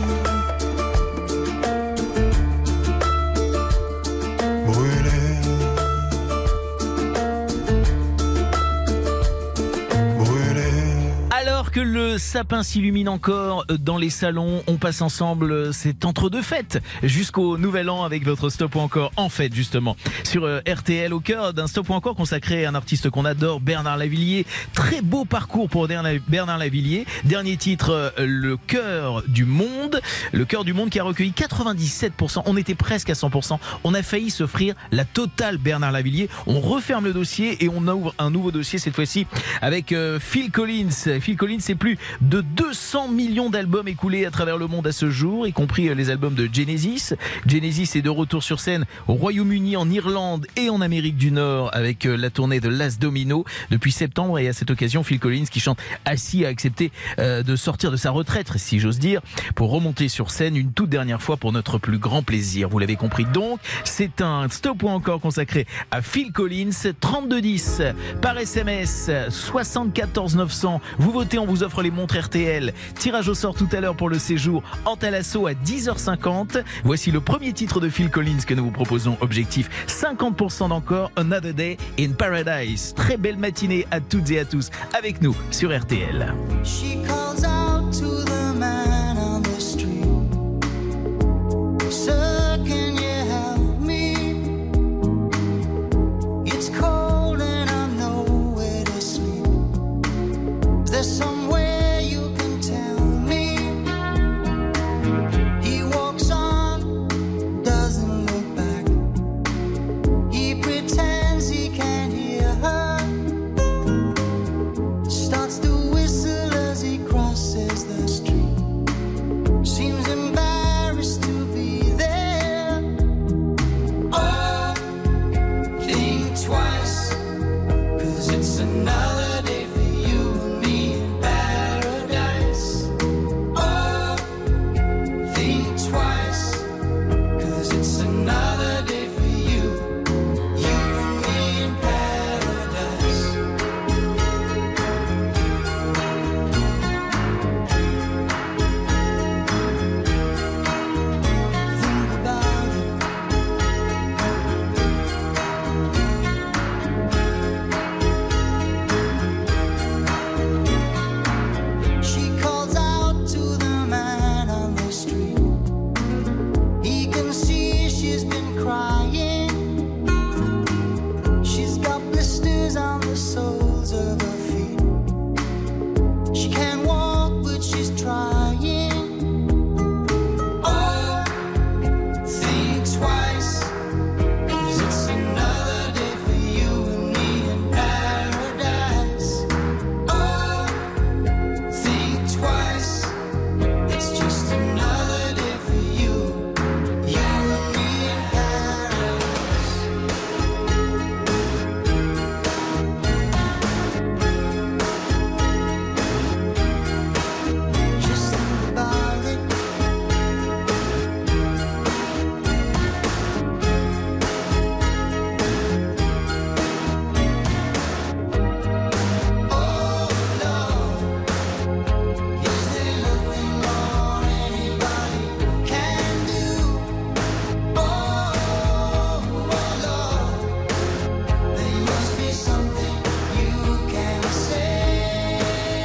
Que le sapin s'illumine encore dans les salons, on passe ensemble cet entre-deux fêtes jusqu'au nouvel an avec votre stop ou encore en fête justement sur R T L, au cœur d'un stop ou encore consacré à un artiste qu'on adore, Bernard Lavillier. Très beau parcours pour Bernard Lavillier. Dernier titre, Le cœur du monde. Le cœur du monde qui a recueilli quatre-vingt-dix-sept pour cent. On était presque à cent pour cent. On a failli s'offrir la totale Bernard Lavillier. On referme le dossier et on ouvre un nouveau dossier cette fois-ci avec Phil Collins. Phil Collins, c'est plus de deux cents millions d'albums écoulés à travers le monde à ce jour, y compris les albums de Genesis. Genesis est de retour sur scène au Royaume-Uni, en Irlande et en Amérique du Nord avec la tournée de Last Domino depuis septembre. Et à cette occasion, Phil Collins, qui chante assis, a accepté euh, de sortir de sa retraite, si j'ose dire, pour remonter sur scène une toute dernière fois pour notre plus grand plaisir. Vous l'avez compris donc, c'est un stop ou encore consacré à Phil Collins. Trente-deux dix par S M S, soixante-quatorze neuf cents. Vous votez, on vous vous offre les montres R T L. Tirage au sort tout à l'heure pour le séjour en Thalasso à dix heures cinquante. Voici le premier titre de Phil Collins que nous vous proposons. Objectif cinquante pour cent d'encore. Another Day in Paradise. Très belle matinée à toutes et à tous avec nous sur R T L. She calls out to the man on the street. Sir, can you help me? It's cold and I'm nowhere to sleep. Is there somewhere you can tell me? He walks on, doesn't look back. He pretends he can't hear her. Starts to whistle as he crosses the street. Seems embarrassed to be there. Oh, think twice, 'cause it's another day for you and me in paradise. Oh, think twice, 'cause it's another day for you, you and me in paradise. Think about it. She calls out to the man on the street. He can see she's been crying. She's got blisters on the soles of her feet. She can't walk, but she's trying. Oh, think twice, 'cause it's another day for you and me in paradise. Oh, think twice, it's just another day for you, you and me in paradise. Just think about it. Oh Lord, is there nothing more anybody can do? Oh, oh Lord, there must be something you can say.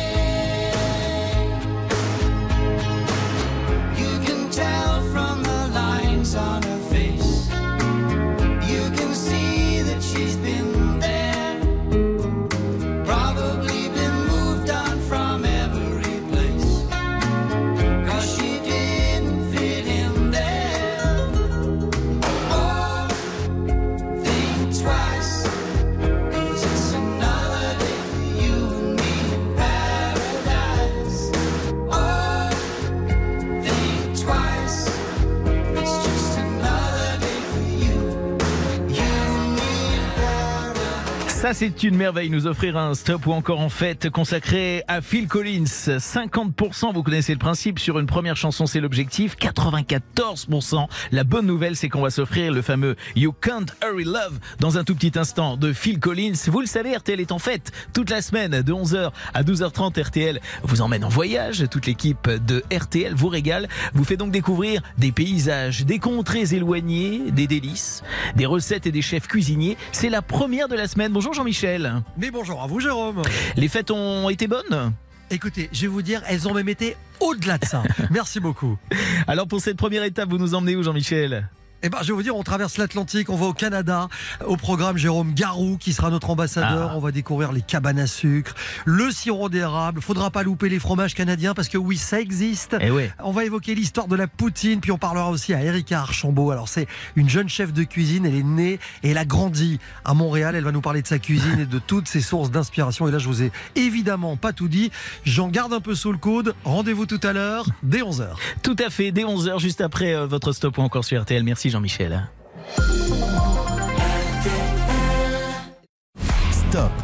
You can tell from the lines on her face. You can see that she's been there. Probably been moved on from every place. 'Cause she didn't fit in there. Oh, think twice, 'cause it's another day for you and me in paradise. Oh, think twice, it's just another day for you, you and me in paradise. Ça, c'est une merveille, nous offrir un stop ou encore en fête consacré à Phil Collins. cinquante pour cent, vous connaissez le principe, sur une première chanson, c'est l'objectif. quatre-vingt-quatorze pour cent. La bonne nouvelle, c'est qu'on va s'offrir le fameux You Can't Hurry Love dans un tout petit instant de Phil Collins. Vous le savez, R T L est en fête toute la semaine de onze heures à douze heures trente. R T L vous emmène en voyage. Toute l'équipe de R T L vous régale. Vous fait donc découvrir des paysages, des contrées éloignées, des délices, des recettes et des chefs cuisiniers. C'est la première de la semaine. Bonjour Jean-Michel. Mais bonjour à vous Jérôme. Les fêtes ont été bonnes ? Écoutez, je vais vous dire, elles ont même été au-delà de ça. Merci beaucoup. Alors pour cette première étape, vous nous emmenez où Jean-Michel ? Eh ben, je vais vous dire, on traverse l'Atlantique, on va au Canada. Au programme, Jérôme Garou, qui sera notre ambassadeur. Ah. On va découvrir les cabanes à sucre, le sirop d'érable. Faudra pas louper les fromages canadiens parce que oui, ça existe. Eh ouais. On va évoquer l'histoire de la poutine, puis on parlera aussi à Erika Archambault. Alors, c'est une jeune chef de cuisine. Elle est née et elle a grandi à Montréal. Elle va nous parler de sa cuisine et de toutes ses sources d'inspiration. Et là, je vous ai évidemment pas tout dit. J'en garde un peu sous le coude. Rendez-vous tout à l'heure, dès onze heures. Tout à fait, dès onze heures, juste après euh, votre stop ou encore sur R T L. Merci Jean-Michel. Stop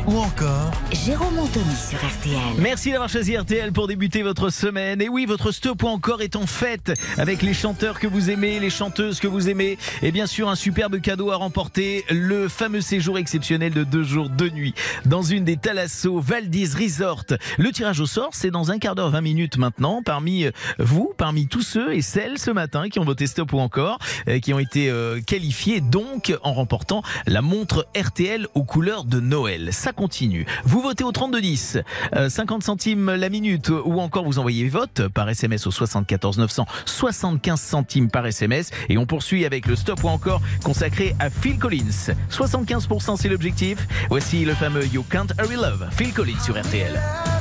ou encore Jérôme Anthony sur R T L. Merci d'avoir choisi R T L pour débuter votre semaine. Et oui, votre stop ou encore est en fête avec les chanteurs que vous aimez, les chanteuses que vous aimez. Et bien sûr, un superbe cadeau à remporter, le fameux séjour exceptionnel de deux jours, deux nuits dans une des Thalasso Valdis Resort. Le tirage au sort, c'est dans un quart d'heure, vingt minutes maintenant. Parmi vous, parmi tous ceux et celles ce matin qui ont voté stop ou encore, qui ont été euh, qualifiés donc en remportant la montre R T L aux couleurs de Noël. Ça continue. Vous votez au trente-deux dix, euh, cinquante centimes la minute, ou encore vous envoyez vote par S M S au soixante-quatorze neuf cents, soixante-quinze centimes par S M S. Et on poursuit avec le stop ou encore consacré à Phil Collins. soixante-quinze pour cent c'est l'objectif. Voici le fameux You Can't Hurry Love, Phil Collins sur R T L.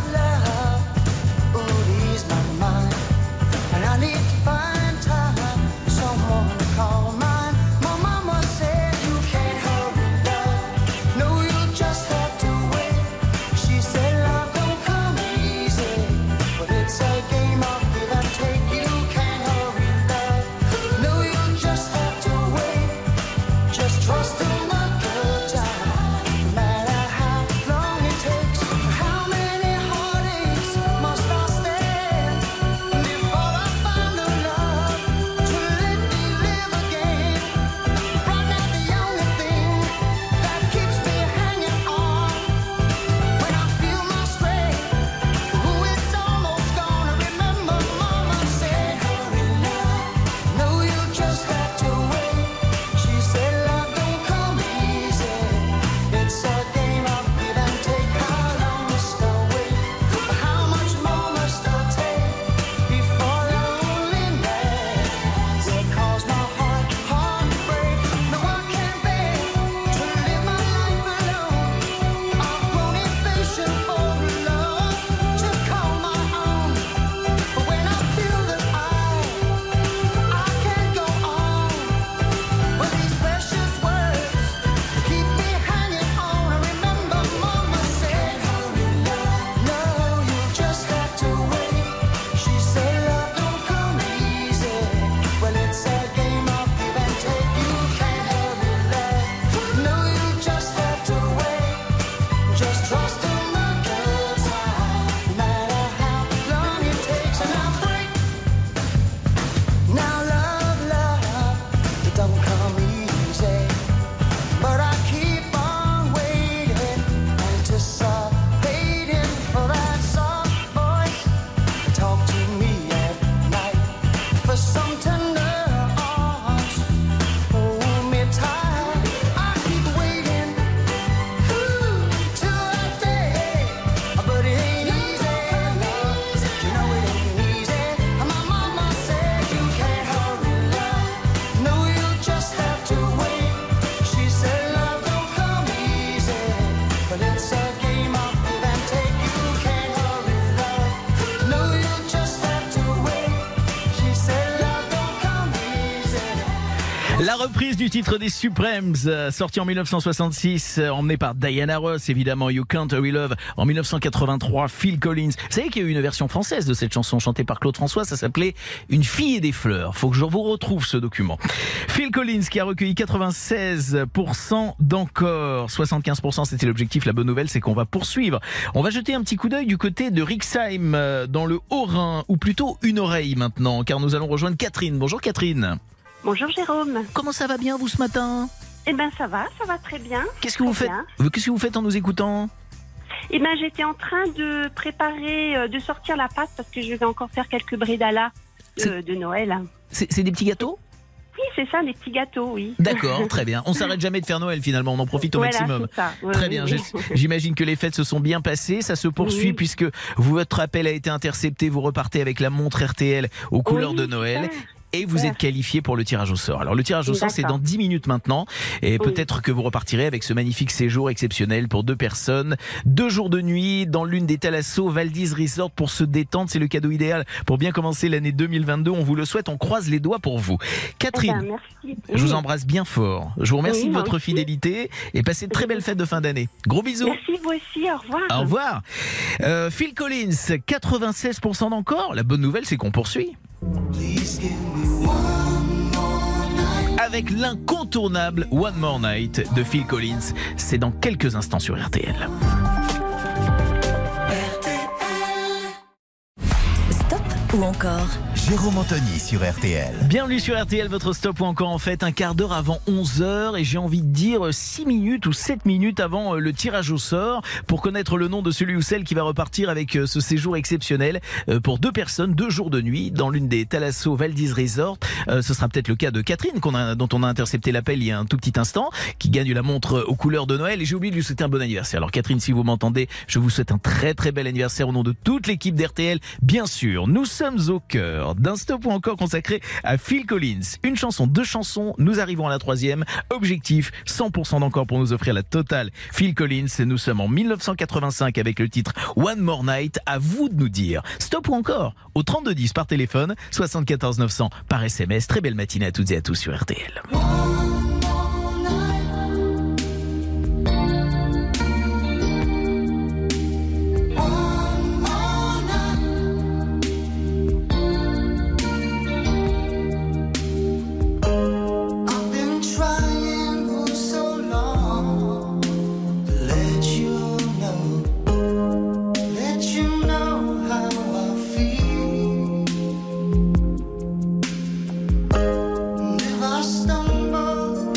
La reprise du titre des Supremes, euh, sorti en dix-neuf cent soixante-six, euh, emmené par Diana Ross, évidemment, You Can't Hurry Love. En dix-neuf cent quatre-vingt-trois, Phil Collins. Vous savez qu'il y a eu une version française de cette chanson chantée par Claude François, ça s'appelait Une fille et des fleurs. Faut que je vous retrouve ce document. Phil Collins qui a recueilli quatre-vingt-seize pour cent d'encore. soixante-quinze pour cent c'était l'objectif. La bonne nouvelle, c'est qu'on va poursuivre. On va jeter un petit coup d'œil du côté de Rixheim, euh, dans le Haut-Rhin, ou plutôt une oreille maintenant, car nous allons rejoindre Catherine. Bonjour Catherine. Bonjour Jérôme. Comment ça va bien vous ce matin ? Eh ben ça va, ça va très bien. Qu'est-ce que vous faites ? Qu'est-ce que vous faites en nous écoutant ? Eh ben j'étais en train de préparer, euh, de sortir la pâte parce que je vais encore faire quelques bredala de, de Noël. C'est, c'est des petits gâteaux ? Oui, c'est ça, des petits gâteaux, oui. D'accord, très bien. On s'arrête jamais de faire Noël finalement, on en profite au voilà, maximum. C'est ça. Ouais, très oui, bien, oui. J'imagine que les fêtes se sont bien passées, ça se poursuit Oui. puisque votre appel a été intercepté, vous repartez avec la montre R T L aux couleurs Oui, de Noël. super. Et vous Super. êtes qualifié pour le tirage au sort. Alors le tirage au sort, c'est D'accord. dans dix minutes maintenant. Et Oui. peut-être que vous repartirez avec ce magnifique séjour exceptionnel pour deux personnes. Deux jours de nuit dans l'une des Thalasso Valdis Resort pour se détendre. C'est le cadeau idéal pour bien commencer l'année deux mille vingt-deux. On vous le souhaite, on croise les doigts pour vous. Catherine, Eh ben, merci. je vous Oui. embrasse bien fort. Je vous remercie Oui, de moi votre aussi. fidélité et passez de très belles fêtes de fin d'année. Gros bisous. Merci, vous aussi, au revoir. Au revoir. Euh, Phil Collins, quatre-vingt-seize pour cent d'encore. La bonne nouvelle, c'est qu'on poursuit. Please give me one more night. avec l'incontournable One More Night de Phil Collins. C'est dans quelques instants sur R T L. Stop ou encore? Jérôme Anthony sur R T L. Bienvenue sur R T L, votre stop ou encore en fait un quart d'heure avant onze heures et j'ai envie de dire six minutes ou sept minutes avant le tirage au sort pour connaître le nom de celui ou celle qui va repartir avec ce séjour exceptionnel pour deux personnes, deux jours de nuit dans l'une des Thalasso Valdez Resort. Ce sera peut-être le cas de Catherine qu'on a, dont on a intercepté l'appel il y a un tout petit instant, qui gagne la montre aux couleurs de Noël et j'ai oublié de lui souhaiter un bon anniversaire. Alors Catherine, si vous m'entendez, je vous souhaite un très très bel anniversaire au nom de toute l'équipe d'R T L. Bien sûr, nous sommes au cœur d'un stop ou encore consacré à Phil Collins. Une chanson, deux chansons, nous arrivons à la troisième. Objectif, cent pour cent d'encore pour nous offrir la totale Phil Collins. Nous sommes en mille neuf cent quatre-vingt-cinq avec le titre One More Night. À vous de nous dire stop ou encore au trente-deux dix par téléphone, soixante-quatorze neuf cents par S M S. Très belle matinée à toutes et à tous sur R T L. Stumble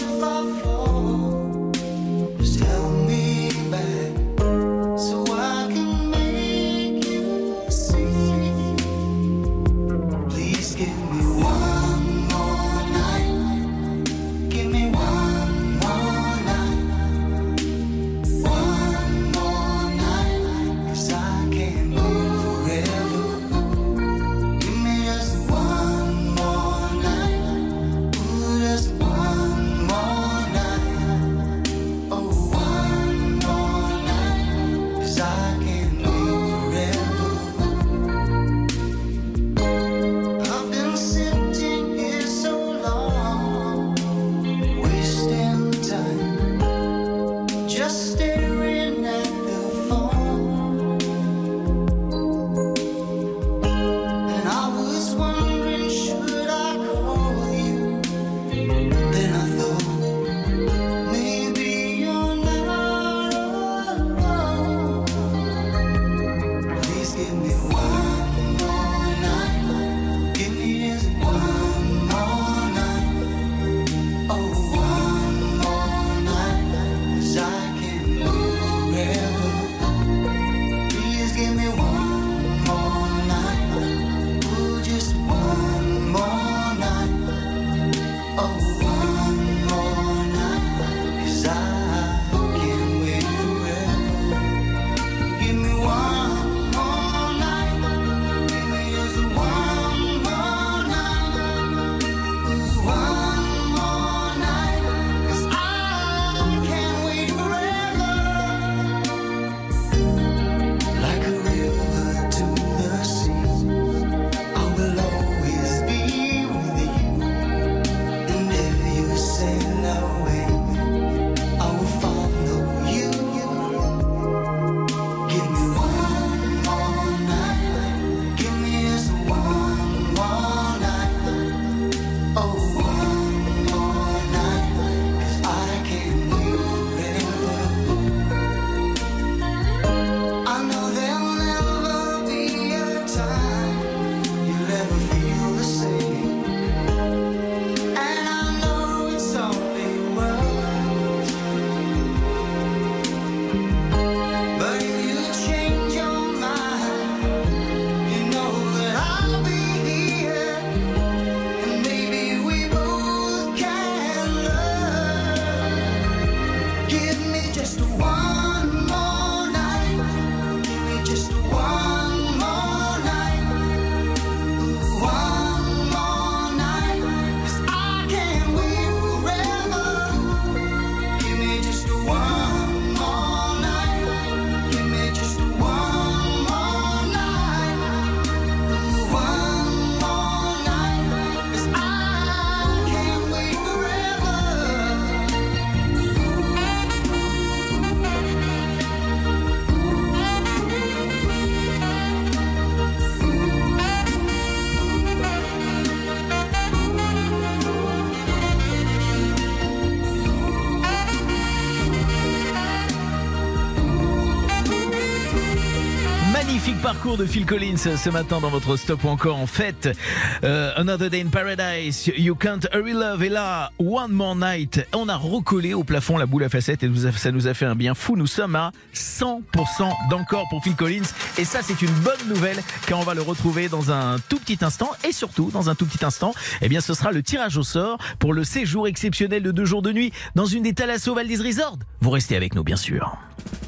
parcours de Phil Collins ce matin dans votre Stop ou encore en fait euh, Another Day in Paradise, You Can't Hurry Love et là One More Night. On a recollé au plafond la boule à facettes et ça nous a fait un bien fou. Nous sommes à cent pour cent d'encore pour Phil Collins et ça c'est une bonne nouvelle car on va le retrouver dans un tout petit instant et surtout dans un tout petit instant eh bien ce sera le tirage au sort pour le séjour exceptionnel de deux jours de nuit dans une des Thalasso Valdez Resort. Vous restez avec nous bien sûr.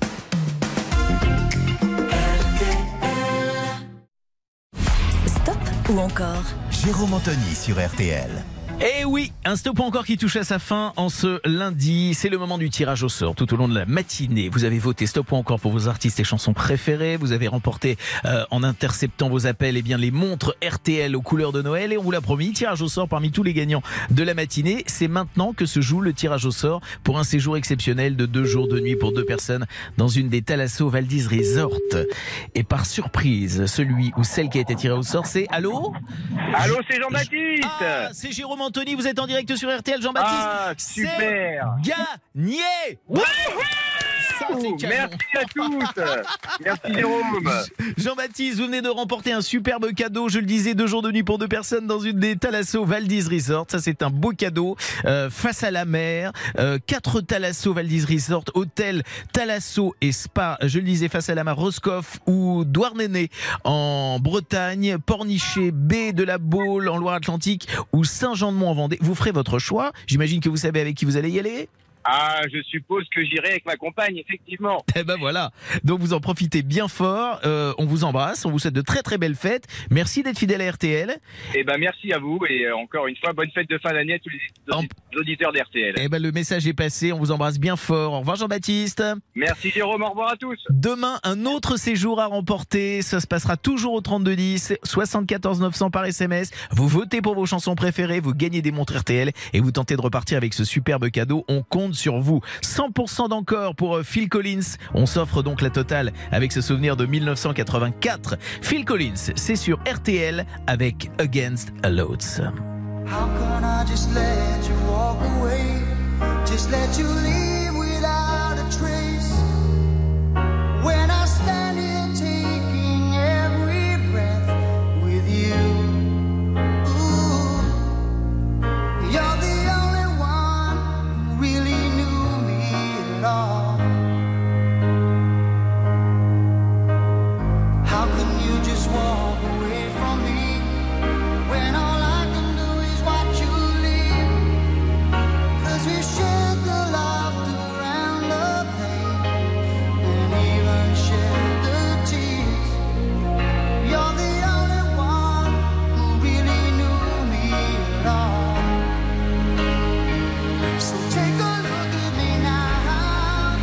Stop ou encore Jérôme Anthony sur R T L. Et oui, un stop encore qui touche à sa fin en ce lundi. C'est le moment du tirage au sort tout au long de la matinée. Vous avez voté stop ou encore pour vos artistes et chansons préférés. Vous avez remporté euh, en interceptant vos appels eh bien, les montres R T L aux couleurs de Noël. Et on vous l'a promis, tirage au sort parmi tous les gagnants de la matinée. C'est maintenant que se joue le tirage au sort pour un séjour exceptionnel de deux jours de nuit pour deux personnes dans une des Thalasso Valdez Resort. Et par surprise, celui ou celle qui a été tiré au sort, c'est... Allô Allô, c'est Jean-Baptiste. Ah, c'est Jérôme Anthony, vous êtes en direct sur R T L, Jean-Baptiste. Ah, super. C'est gagné. Ouais. Ça, c'est Merci à tous. Merci Jérôme. Jean-Baptiste, vous venez de remporter un superbe cadeau. Je le disais, deux jours de nuit pour deux personnes dans une des Thalasso Valdez Resort. Ça, c'est un beau cadeau. Euh, face à la mer, euh, quatre Thalasso Valdez Resort, hôtel Thalasso et spa. Je le disais, face à la mer, Roscoff ou Douarnenez en Bretagne, Pornichet, baie de la Baule en Loire-Atlantique ou Saint-Jean-de-Mont en Vendée. Vous ferez votre choix. J'imagine que vous savez avec qui vous allez y aller. Ah, je suppose que j'irai avec ma compagne, effectivement. Eh ben voilà, donc vous en profitez bien fort, euh, on vous embrasse, on vous souhaite de très très belles fêtes, merci d'être fidèle à R T L. Eh ben merci à vous et euh, encore une fois, bonne fête de fin d'année à tous les audi- auditeurs d'R T L. Eh ben le message est passé, on vous embrasse bien fort, au revoir Jean-Baptiste. Merci Jérôme, au revoir à tous. Demain, un autre séjour à remporter, ça se passera toujours au trente-deux dix, soixante-quatorze neuf cents par S M S, vous votez pour vos chansons préférées, vous gagnez des montres R T L et vous tentez de repartir avec ce superbe cadeau, on compte sur vous. cent pour cent d'encore pour Phil Collins. On s'offre donc la totale avec ce souvenir de mille neuf cent quatre-vingt-quatre. Phil Collins, c'est sur R T L avec Against All Odds. How can I just let you walk away? Just let you leave without a trace. When I stand here taking every breath with you. Ooh, you're the only one who really knew me at all. How can you just walk away from me when all I can do is watch you leave? 'Cause we've shared the laughter and the pain and even shared the tears. You're the only one who really knew me at all. So take a look at me now.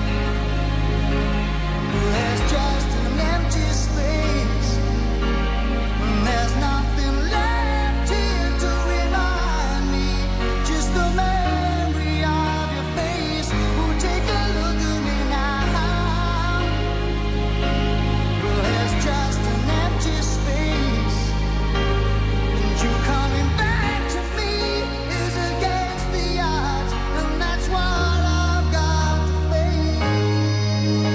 There's just an empty space. There's nothing left here to remind me. Just the memory of your face. Oh, take a look at me now. There's just an empty space. And you coming back to me is against the odds. And that's what I've got to face.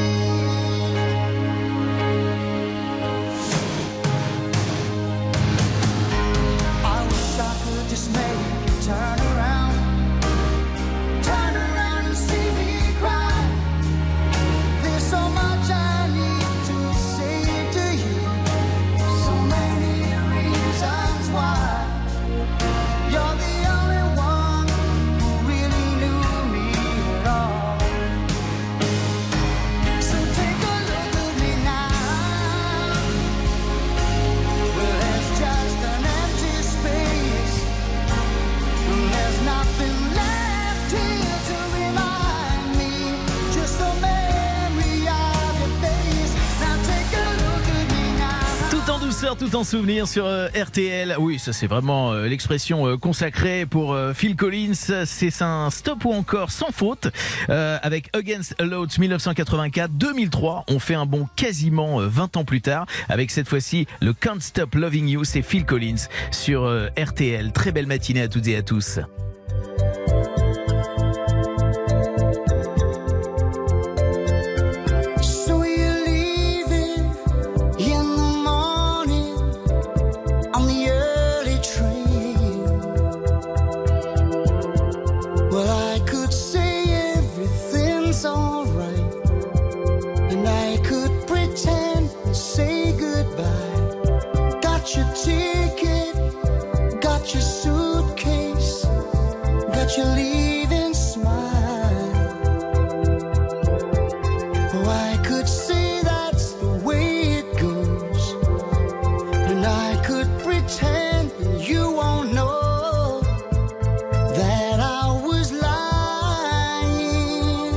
I wish I could just make you turn around. Turn around and see me cry. There's so much I need to say to you. So many reasons why. You're the only one who really knew me at all. So take a look at me now. Well, there's just an empty space. And there's nothing left here to remind me. Just the memory of your face. Now take a look at me now. Tout en douceur, tout en souvenir sur euh, R T L. Oui, ça c'est vraiment euh, l'expression euh, consacrée pour euh, Phil Collins. C'est un stop ou encore sans faute euh, avec Against All Odds mille neuf cent quatre-vingt-quatre deux mille trois. On fait un bond quasiment euh, vingt ans plus tard avec cette fois-ci le Can't Stop Loving You. C'est Phil Collins sur euh, R T L. Très belle matinée à toutes et à tous. So you're leaving in the at your leaving smile. Oh, I could say that's the way it goes, and I could pretend you won't know that I was lying.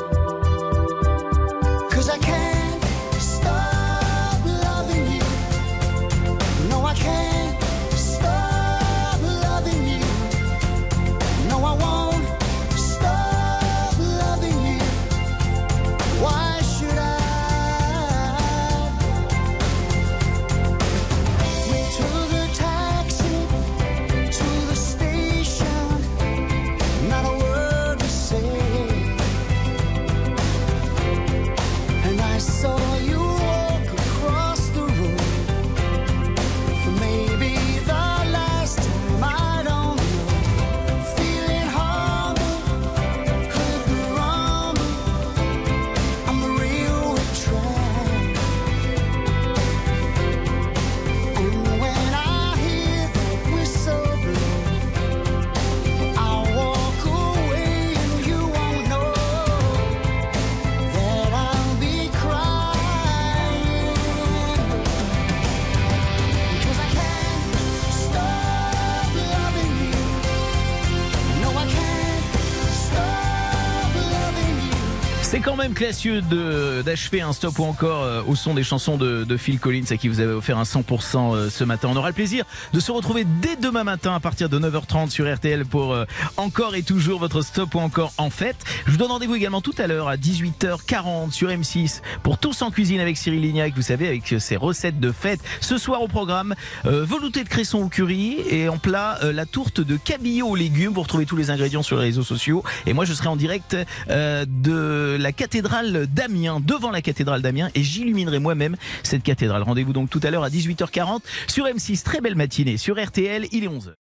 'Cause I can't stop loving you. No, I can't stop loving you. No, I won't stop loving you. Why should I? We took a taxi to the station, not a word was said, and I saw you walk across the road for maybe the last time. I don't know, feeling humble, heard the rumble on the railway track, and when I hear the whistle blow, I'll walk away and you won't know that I'll be crying. 'Cause I can't stop loving you. No, I can't stop loving you. C'est quand même classieux de, d'achever un stop ou encore euh, au son des chansons de, de Phil Collins à qui vous avez offert un cent pour cent euh, ce matin. On aura le plaisir de se retrouver dès demain matin à partir de neuf heures trente sur R T L pour euh, encore et toujours votre stop ou encore en fête. Je vous donne rendez-vous également tout à l'heure à dix-huit heures quarante sur M six pour Tous en cuisine avec Cyril Lignac, vous savez, avec ses recettes de fête. Ce soir au programme, euh, velouté de cresson au curry et en plat euh, la tourte de cabillaud aux légumes. Vous retrouvez tous les ingrédients sur les réseaux sociaux. Et moi je serai en direct euh, de la cathédrale d'Amiens, devant la cathédrale d'Amiens, et j'illuminerai moi-même cette cathédrale. Rendez-vous donc tout à l'heure à dix-huit heures quarante sur M six. Très belle matinée sur R T L, il est onze heures.